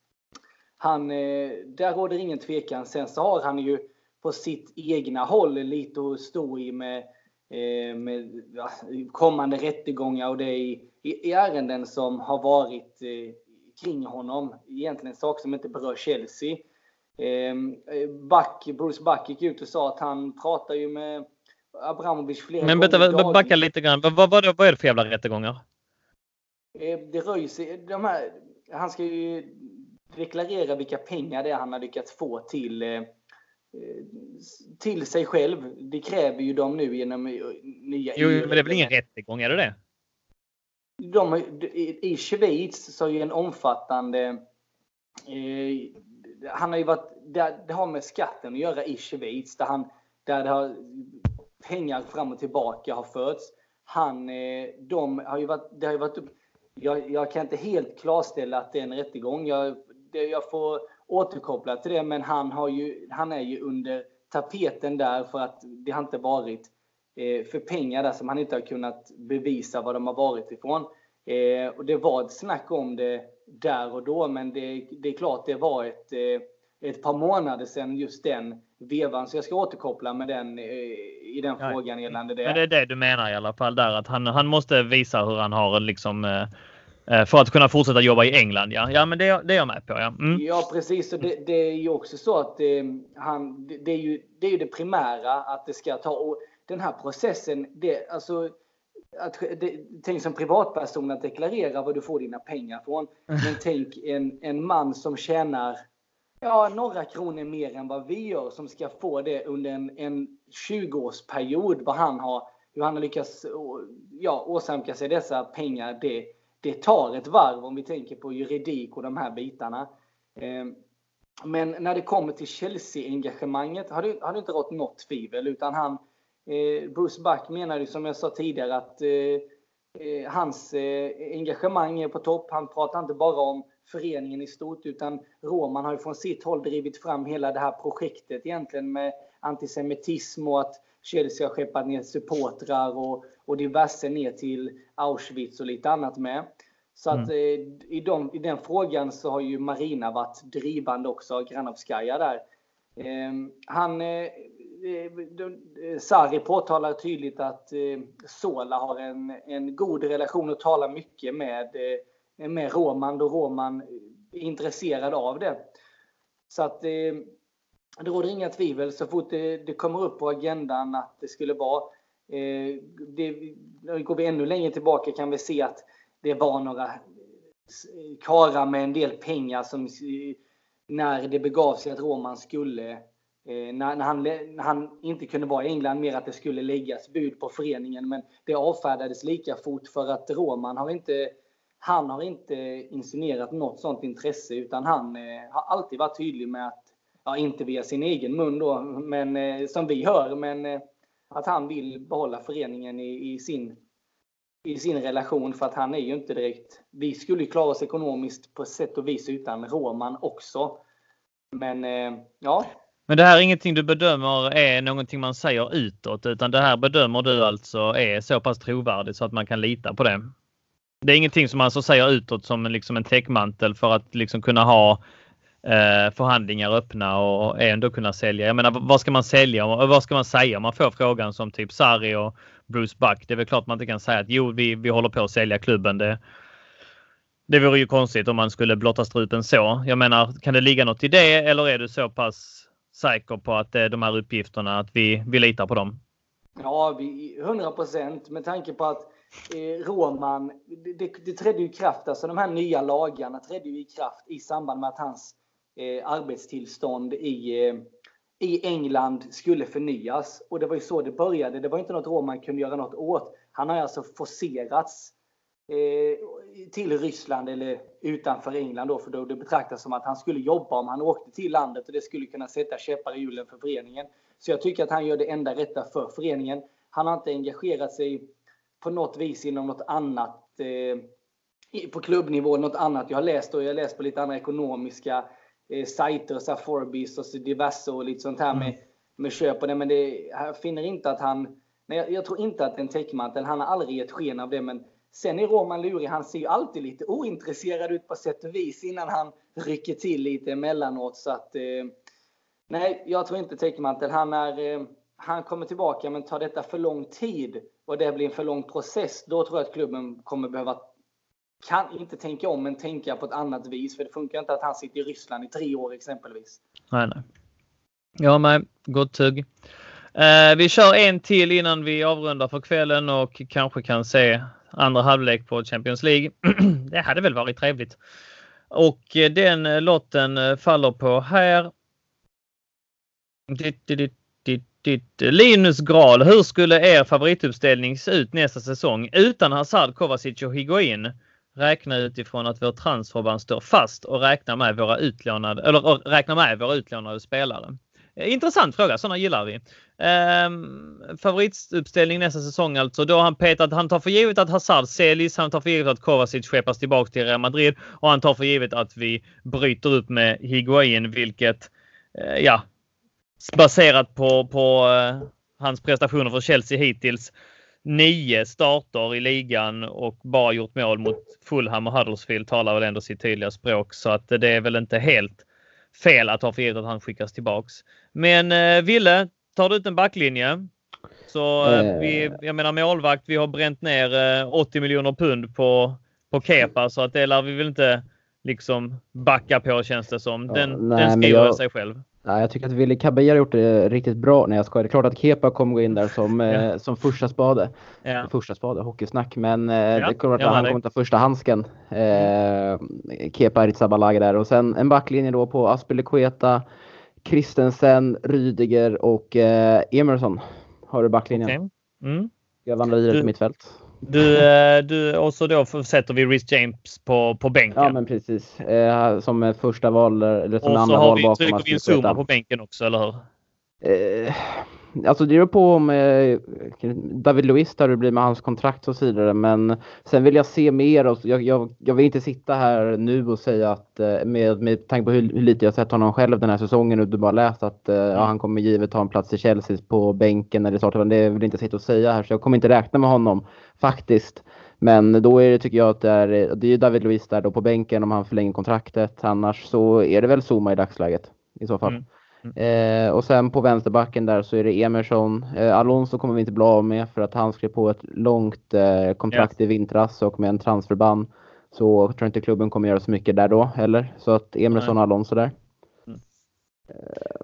Där råder ingen tvekan. Sen så har han ju på sitt egna håll lite att stå i med kommande rättegångar och det i ärenden som har varit kring honom. Egentligen saker som inte berör Chelsea. Bruce Buck gick ut och sa att han pratar ju med Abramovic flera gånger. Men backa lite grann. Vad är det för jävla rättegångar? Det rör sig han ska ju deklarera vilka pengar det är han har lyckats få till sig själv. Det kräver ju de nu genom nya... Jo, men det är väl ingen rättegång, är det? I Schweiz så är ju en omfattande... han har ju varit... Det har med skatten att göra i Schweiz där det har pengar fram och tillbaka har förts. Jag kan inte helt klarställa att det är en rättegång. Jag får återkoppla till det, men han är ju under tapeten där för att det har inte varit för pengar där som han inte har kunnat bevisa vad de har varit ifrån. Och det var ett snack om det där och då, men det är klart det var ett par månader sedan just den vevan, så jag ska återkoppla med den i den frågan gällande det. Men det är det du menar i alla fall där, att han måste visa hur han har liksom för att kunna fortsätta jobba i England. Ja, men det är jag med på. Ja, ja precis. Och det är ju också så att det är ju det primära att det ska ta. Och den här processen, tänk som privatperson att deklarera vad du får dina pengar från. Men tänk en man som tjänar några kronor mer än vad vi gör, som ska få det under en 20-årsperiod. Hur han har lyckats åsamka sig dessa pengar. Det tar ett varv om vi tänker på juridik och de här bitarna. Men när det kommer till Chelsea-engagemanget har det inte rått något tvivel. Utan Bruce Buck menar ju, som jag sa tidigare, att hans engagemang är på topp. Han pratar inte bara om föreningen i stort, utan Roman har ju från sitt håll drivit fram hela det här projektet egentligen med antisemitism och att Chelsea har skeppat ner supportrar och diverse ner till Auschwitz och lite annat med. Så att i den frågan så har ju Marina varit drivande också, Granovskaja där. Sarri påtalar tydligt att Sola har en god relation och talar mycket med Roman, då Roman är intresserad av det. Så att det råder inga tvivel så fort det kommer upp på agendan att det skulle vara. Går vi ännu längre tillbaka kan vi se att det var kara med en del pengar som när det begav sig att Roman skulle när han inte kunde vara i England, mer att det skulle läggas bud på föreningen, men det avfärdades lika fort för att Roman har inte insinuerat något sånt intresse, utan han har alltid varit tydlig med att, ja, inte via sin egen mun då, men som vi hör, men att han vill behålla föreningen i sin relation, för att han är ju inte direkt, vi skulle ju klara oss ekonomiskt på sätt och vis utan Roman också, men ja. Men det här är ingenting du bedömer är någonting man säger utåt, utan det här bedömer du alltså är så pass trovärdigt så att man kan lita på det. Det är ingenting som man så säger utåt som liksom en täckmantel för att liksom kunna ha förhandlingar öppna och ändå kunna sälja. Jag menar, vad ska man sälja och vad ska man säga om man får frågan som typ Sarri och Bruce Buck? Det är väl klart man inte kan säga att jo, vi håller på att sälja klubben. Det vore ju konstigt om man skulle blotta strupen så. Jag menar, kan det ligga något i det, eller är du så pass säker på att de här uppgifterna, att vi litar på dem? Ja, 100%, med tanke på att Roman, det trädde ju i kraft, alltså de här nya lagarna trädde ju i kraft i samband med att hans arbetstillstånd i England skulle förnyas, och det var ju så det började. Det var inte något Roman kunde göra något åt. Han har alltså forcerats till Ryssland eller utanför England då, för då det betraktas som att han skulle jobba om han åkte till landet, och det skulle kunna sätta käppar i hjulen för föreningen. Så jag tycker att han gör det enda rätta för föreningen. Han har inte engagerat sig på något vis inom något annat på klubbnivå, något annat. Jag har läst på lite andra ekonomiska sajter, så Forbes och så diverse och lite sånt här med köp och det, men jag finner inte att jag tror inte att en täckmantel, han har aldrig gett sken av det, men sen är Roman lurig. Han ser ju alltid lite ointresserad ut på sätt och vis innan han rycker till lite emellanåt, så att nej, jag tror inte täckmantel. Han kommer tillbaka, men tar detta för lång tid och det blir en för lång process, då tror jag att klubben kommer behöva, kan inte tänka om, men tänka på ett annat vis, för det funkar inte att han sitter i Ryssland i 3 år exempelvis. Nej. Ja, men gott tugg. Vi kör en till innan vi avrundar för kvällen och kanske kan se andra halvlek på Champions League. Det hade väl varit trevligt. Och den lotten faller på här. Linus Graal, hur skulle er favorituppställning se ut nästa säsong utan Hazard, Kovacic och Higuain? Räkna utifrån att vår transferband står fast och räkna med våra utlånade spelare. Intressant fråga, sådana gillar vi. Favorituppställning nästa säsong alltså. Då har han petat, han tar för givet att Hazard säljs, han tar för givet att Kovacic skeppas tillbaka till Real Madrid, och han tar för givet att vi bryter upp med Higuain, vilket baserat på hans prestationer för Chelsea hittills, 9 starter i ligan och bara gjort mål mot Fulham och Huddersfield, talar väl ändå sitt tydliga språk, så att det är väl inte helt fel att ha för givet att han skickas tillbaks. Men Ville, tar du ut en backlinje så jag menar målvakt, vi har bränt ner 80 miljoner pund på Kepa, så att det lär vi väl inte liksom backa på, känns det som. Den skriver sig själv. Ja, jag tycker att Willy Caballé har gjort det riktigt bra när jag skojar. Det är klart att Kepa kommer gå in där som första spade. Ja. Första spade, hockeysnack. Men det är klart att han kommer ta första handsken. Kepa Arrizabalaga där. Och sen en backlinje då på Azpilicueta, Christensen, Rydiger och Emerson. Har du backlinjen? Okay. Jag vandrar vidare till mittfält. Du och så då sätter vi Reece James på bänken. Ja, men precis. Som första val eller som andra val bakom. Och så trycker vi en Zuma på bänken också, eller hur? Alltså det är på om David Luiz där det blir med hans kontrakt och så vidare, men sen vill jag se mer, och jag vill inte sitta här nu och säga att med tanke på hur lite jag sett honom själv den här säsongen och du bara läst att han kommer givet ta en plats i Chelsea på bänken eller så, men det vill jag inte sitta och säga här, så jag kommer inte räkna med honom faktiskt. Men då är det, tycker jag, att det är David Luiz där då på bänken om han förlänger kontraktet. Annars så är det väl Zuma i dagsläget i så fall. Och sen på vänsterbacken där så är det Emerson. Alonso kommer vi inte bli av med för att han skrev på ett långt kontrakt i vintras, och med en transferban så tror jag inte klubben kommer göra så mycket där då heller. Så att Emerson och Alonso där.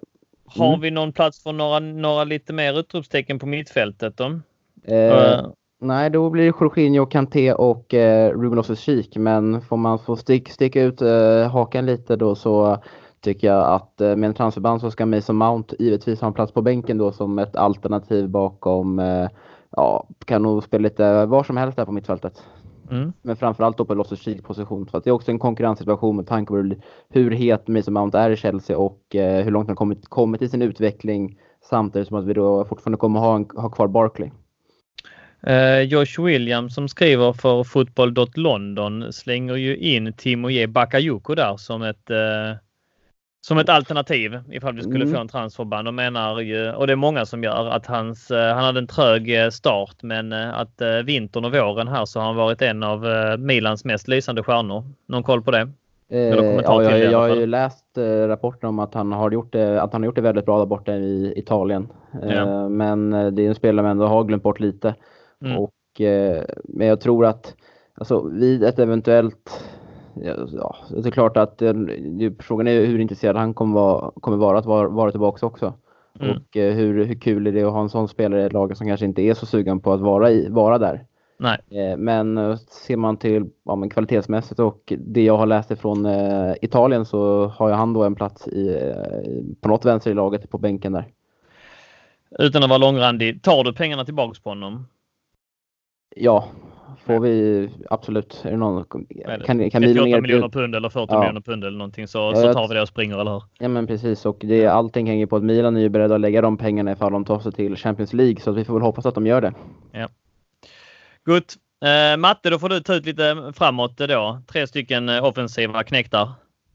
Har vi någon plats för några lite mer utropstecken på mittfältet då? Nej, då blir det Jorginho, Kanté och Ruben Loftus-Cheek. Men får man få sticka ut hakan lite då, så tycker jag att med en transferband så ska Mason Mount givetvis ha en plats på bänken då som ett alternativ bakom. Kan nog spela lite var som helst där på mittfältet. Men framförallt då på Loftus-Cheek position. För att det är också en konkurrenssituation med tanke på hur het Mason Mount är i Chelsea och hur långt han kommit i sin utveckling, samtidigt som att vi då fortfarande kommer ha kvar Barkley. Josh Williams som skriver för Football.London slänger ju in Timoje Bakayoko där som ett alternativ ifall vi skulle få en transferband, och menar ju, och det är många som gör, att han hade en trög start, men att vintern och våren här så har han varit en av Milans mest lysande stjärnor. Någon koll på det? Jag har ju läst rapporten om att han har gjort det väldigt bra där borta i Italien. Men det är en spelare man ändå har glömt bort lite. Men jag tror att vid ett eventuellt det är klart att frågan är hur intresserad han kommer vara att vara tillbaka också. Och hur kul är det att ha en sån spelare i laget som kanske inte är så sugen på att vara där. Nej. Men ser man till kvalitetsmässigt och det jag har läst ifrån Italien, så har han då en plats på något vänster i laget på bänken där. Utan att vara långrandig, tar du pengarna tillbaka på honom? Ja, får vi absolut. Är det någon, kan 38 miljoner pund eller 40 miljoner pund eller någonting, så tar vi det och springer, eller hur? Ja, men precis, och allting hänger på att Milan är ju beredda att lägga de pengarna ifall de tar sig till Champions League, så att vi får väl hoppas att de gör det. Ja. Gott. Matte, då får du ta ut lite framåt då. 3 stycken offensiva knäktar.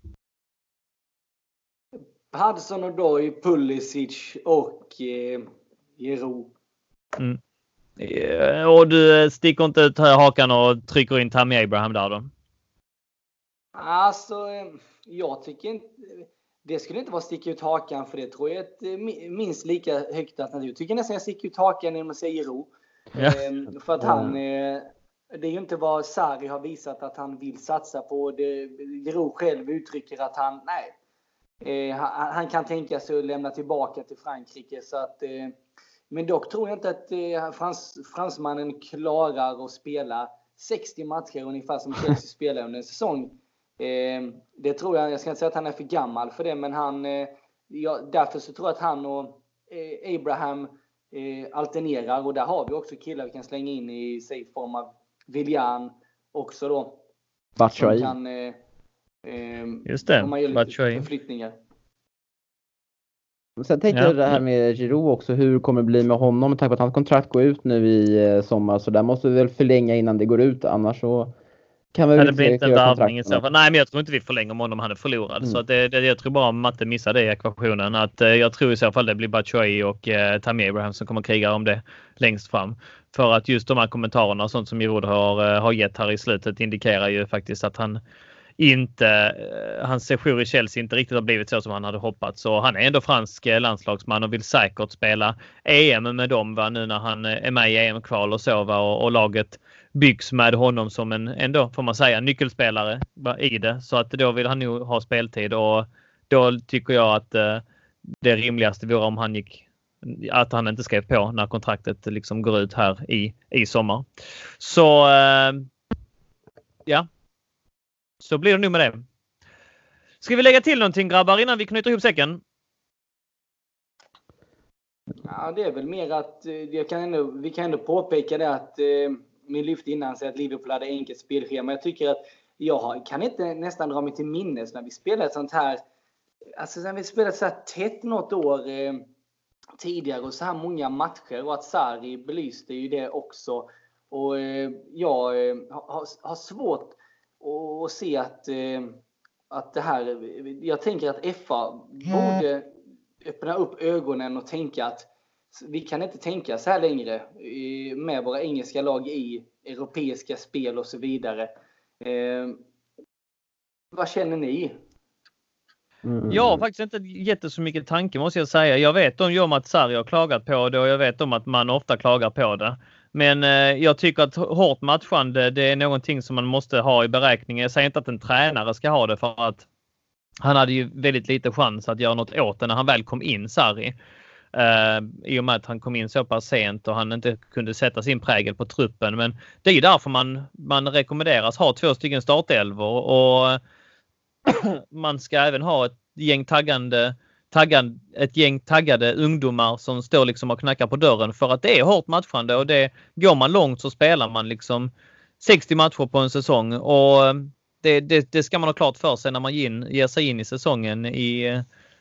Hudson och Odoi, Pulisic och Giroud. Och du sticker inte ut hakan och trycker in Tammy Abraham där då? Alltså, jag tycker inte... Det skulle inte vara sticka ut hakan, för det tror jag är ett minst lika högt alternativ. Jag tycker nästan jag sticker ut hakan när man säger Giroud. Ja. För att det är ju inte vad Sarri har visat att han vill satsa på. Giroud själv uttrycker att han kan tänka sig att lämna tillbaka till Frankrike. Så att, men dock tror jag inte att fransmannen klarar att spela 60 matcher ungefär som Chelsea spelar under en säsong. Det tror jag ska inte säga att han är för gammal för det, men därför så tror jag att han och Abraham alternerar, och där har vi också killar vi kan slänga in i form av Willian också då. Batshuayi. Just det, om man gör lite förflyttningar. Sen tänkte jag det här med Giroud också, hur kommer det bli med honom med tanke på att hans kontrakt går ut nu i sommar, så där måste vi väl förlänga innan det går ut, annars så kan vi det blir inte en värvning i så fall. Nej, men jag tror inte vi förlänger om honom, han är förlorad. Så att jag tror bara Matte missar det i ekvationen. Att jag tror i så fall det blir Batshuayi och Tammy Abraham som kommer kriga om det längst fram. För att just de här kommentarerna och sånt som Giroud har gett här i slutet indikerar ju faktiskt att hans sejour i Chelsea inte riktigt har blivit så som han hade hoppats. Så han är ändå fransk landslagsman och vill säkert spela EM med dem nu när han är med i EM-kval och så, och laget byggs med honom som en, ändå får man säga, nyckelspelare i det. Så att då vill han nog ha speltid, och då tycker jag att det rimligaste vore om att han inte skrev på när kontraktet liksom går ut här i sommar. Så så blir det nu med det. Ska vi lägga till någonting, grabbar, innan vi knyter ihop säcken? Ja, det är väl mer att vi kan ändå påpeka det att min lyft innan säger att Liverpool hade enkelt spelschema. Jag tycker att jag kan inte nästan dra mig till minnes när vi spelar ett sånt här, alltså när vi spelat så här tätt något år tidigare och så här många matcher, och att Sarri belyste ju det också. Och jag har svårt att se att det här, jag tänker att FA borde öppna upp ögonen och tänka att vi kan inte tänka så här längre med våra engelska lag i europeiska spel och så vidare. Vad känner ni? Jag har faktiskt inte gett så mycket tanke, måste jag säga. Jag vet om att Sarri har klagat på det, och jag vet om att man ofta klagar på det. Men jag tycker att hårt matchande, det är någonting som man måste ha i beräkningen. Jag säger inte att en tränare ska ha det, för att han hade ju väldigt lite chans att göra något åt det när han väl kom in, Sarri. I och med att han kom in så pass sent och han inte kunde sätta sin prägel på truppen. Men det är därför man rekommenderas ha 2 stycken startelvor och man ska även ha ett gäng taggade ungdomar som står liksom och knackar på dörren, för att det är hårt matchande, och det går man långt så spelar man liksom 60 matcher på en säsong, och det ska man ha klart för sig när man ger sig in i säsongen i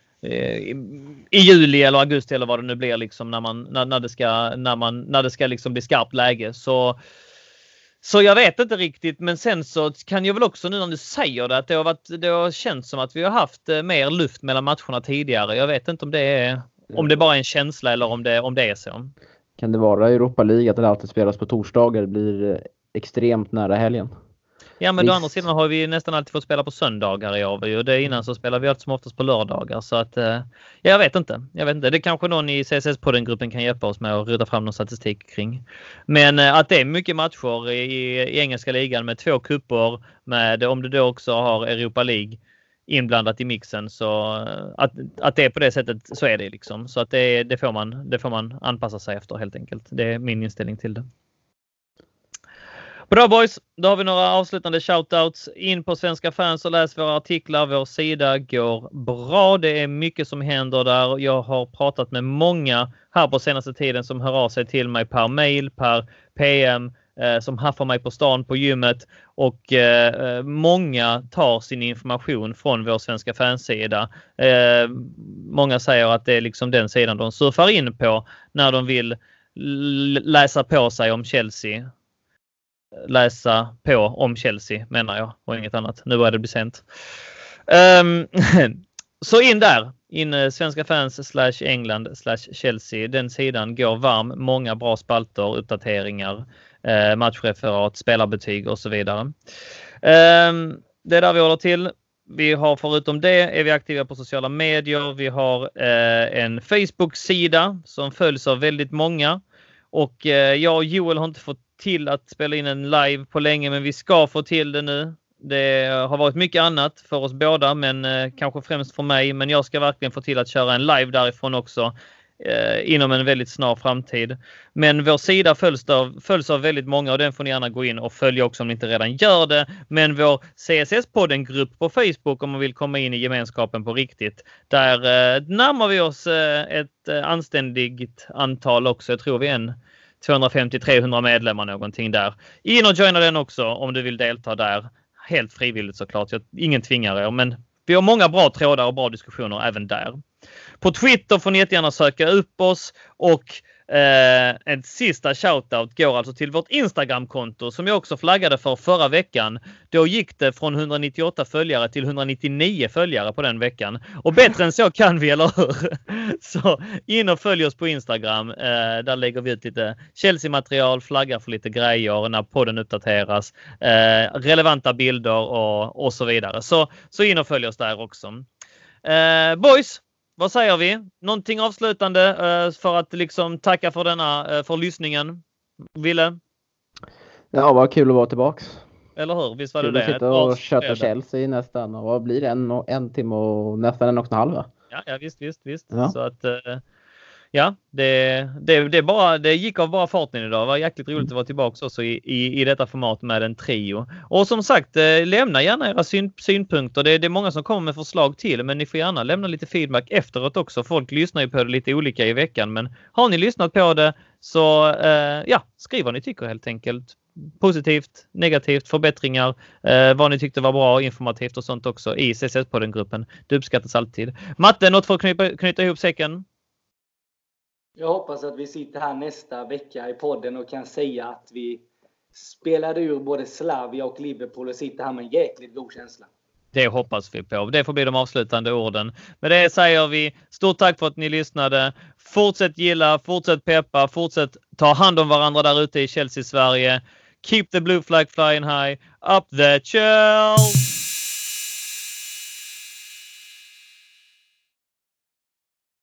juli eller augusti eller vad det nu blir liksom, när det ska liksom bli skarpt läge. Så jag vet inte riktigt, men sen så kan jag väl också, nu när du säger det, att det har känts som att vi har haft mer luft mellan matcherna tidigare. Jag vet inte om det bara är en känsla eller om det är så. Kan det vara Europa League att det alltid spelas på torsdagar? Det blir extremt nära helgen. Ja, men å andra sidan har vi nästan alltid fått spela på söndagar i år. Och det innan så spelar vi allt som oftast på lördagar. Så att, jag vet inte. Det kanske någon i CSS-podden-gruppen kan hjälpa oss med att rydda fram någon statistik kring. Men att det är mycket matcher i engelska ligan med 2 kupper, med om du då också har Europa League inblandat i mixen, så att det är på det sättet, så är det liksom. Så att det får man anpassa sig efter helt enkelt. Det är min inställning till det. Bra boys, då har vi några avslutande shoutouts. In på Svenska Fans och läs våra artiklar. Vår sida går bra. Det är mycket som händer där. Jag har pratat med många här på senaste tiden som hör av sig till mig per mail, per PM, som haffar mig på stan på gymmet. Och många tar sin information från vår Svenska Fans-sida. Många säger att det är liksom den sidan de surfar in på när de vill läsa på sig om Chelsea. Läsa på om Chelsea menar jag, och inget annat. Nu börjar det bli sent. Så in Svenska Fans /England/Chelsea. Den sidan går varm. Många bra spalter, uppdateringar, matchreferat, spelarbetyg och så vidare. Det är där vi håller till. Vi har förutom det är vi aktiva på sociala medier. Vi har en Facebook-sida som följs av väldigt många. Och jag och Joel har inte fått till att spela in en live på länge, men vi ska få till det nu. Det har varit mycket annat för oss båda, men kanske främst för mig. Men jag ska verkligen få till att köra en live därifrån också inom en väldigt snar framtid. Men vår sida följs av väldigt många, och den får ni gärna gå in och följa också om ni inte redan gör det. Men vår CSS-podden-grupp på Facebook, om man vill komma in i gemenskapen på riktigt, där närmar vi oss ett anständigt antal också. Jag tror vi är 250-300 medlemmar någonting där. In och joina den också om du vill delta där. Helt frivilligt såklart. Ingen tvingar er, men vi har många bra trådar och bra diskussioner även där. På Twitter får ni jättegärna söka upp oss, och en sista shoutout går alltså till vårt Instagram-konto som jag också flaggade för förra veckan. Då gick det från 198 följare till 199 följare på den veckan. Och bättre än så kan vi, eller hur? Så in och följ oss på Instagram. Där lägger vi ut lite Chelsea-material, flaggar för lite grejer när podden uppdateras. Relevanta bilder och så vidare. Så in och följ oss där också. Boys! Vad säger vi? Någonting avslutande för att liksom tacka för lyssningen. Ville? Ja, vad kul att vara tillbaks. Eller hur? Visst var det kul det? Att sitta och köta Chelsea nästan. Och vad blir det? En timme och nästan 1,5? Ja, visst. Ja. Så att ja, det gick av bara farten idag. Det var jäkligt roligt att vara tillbaka också i detta format med en trio. Och som sagt, lämna gärna era synpunkter. Det är många som kommer med förslag till, men ni får gärna lämna lite feedback efteråt också. Folk lyssnar ju på det lite olika i veckan, men har ni lyssnat på det så skriv vad ni tycker helt enkelt. Positivt, negativt, förbättringar, vad ni tyckte var bra, informativt och sånt också i CSS-podden-gruppen. Det uppskattas alltid. Matte, något för att knyta ihop säcken? Jag hoppas att vi sitter här nästa vecka i podden och kan säga att vi spelade ur både Slavia och Liverpool och sitter här med en jäkligt god känsla. Det hoppas vi på. Det får bli de avslutande orden. Med det säger vi stort tack för att ni lyssnade. Fortsätt gilla, fortsätt peppa, fortsätt ta hand om varandra där ute i Chelsea, Sverige. Keep the blue flag flying high. Up the Chelsea!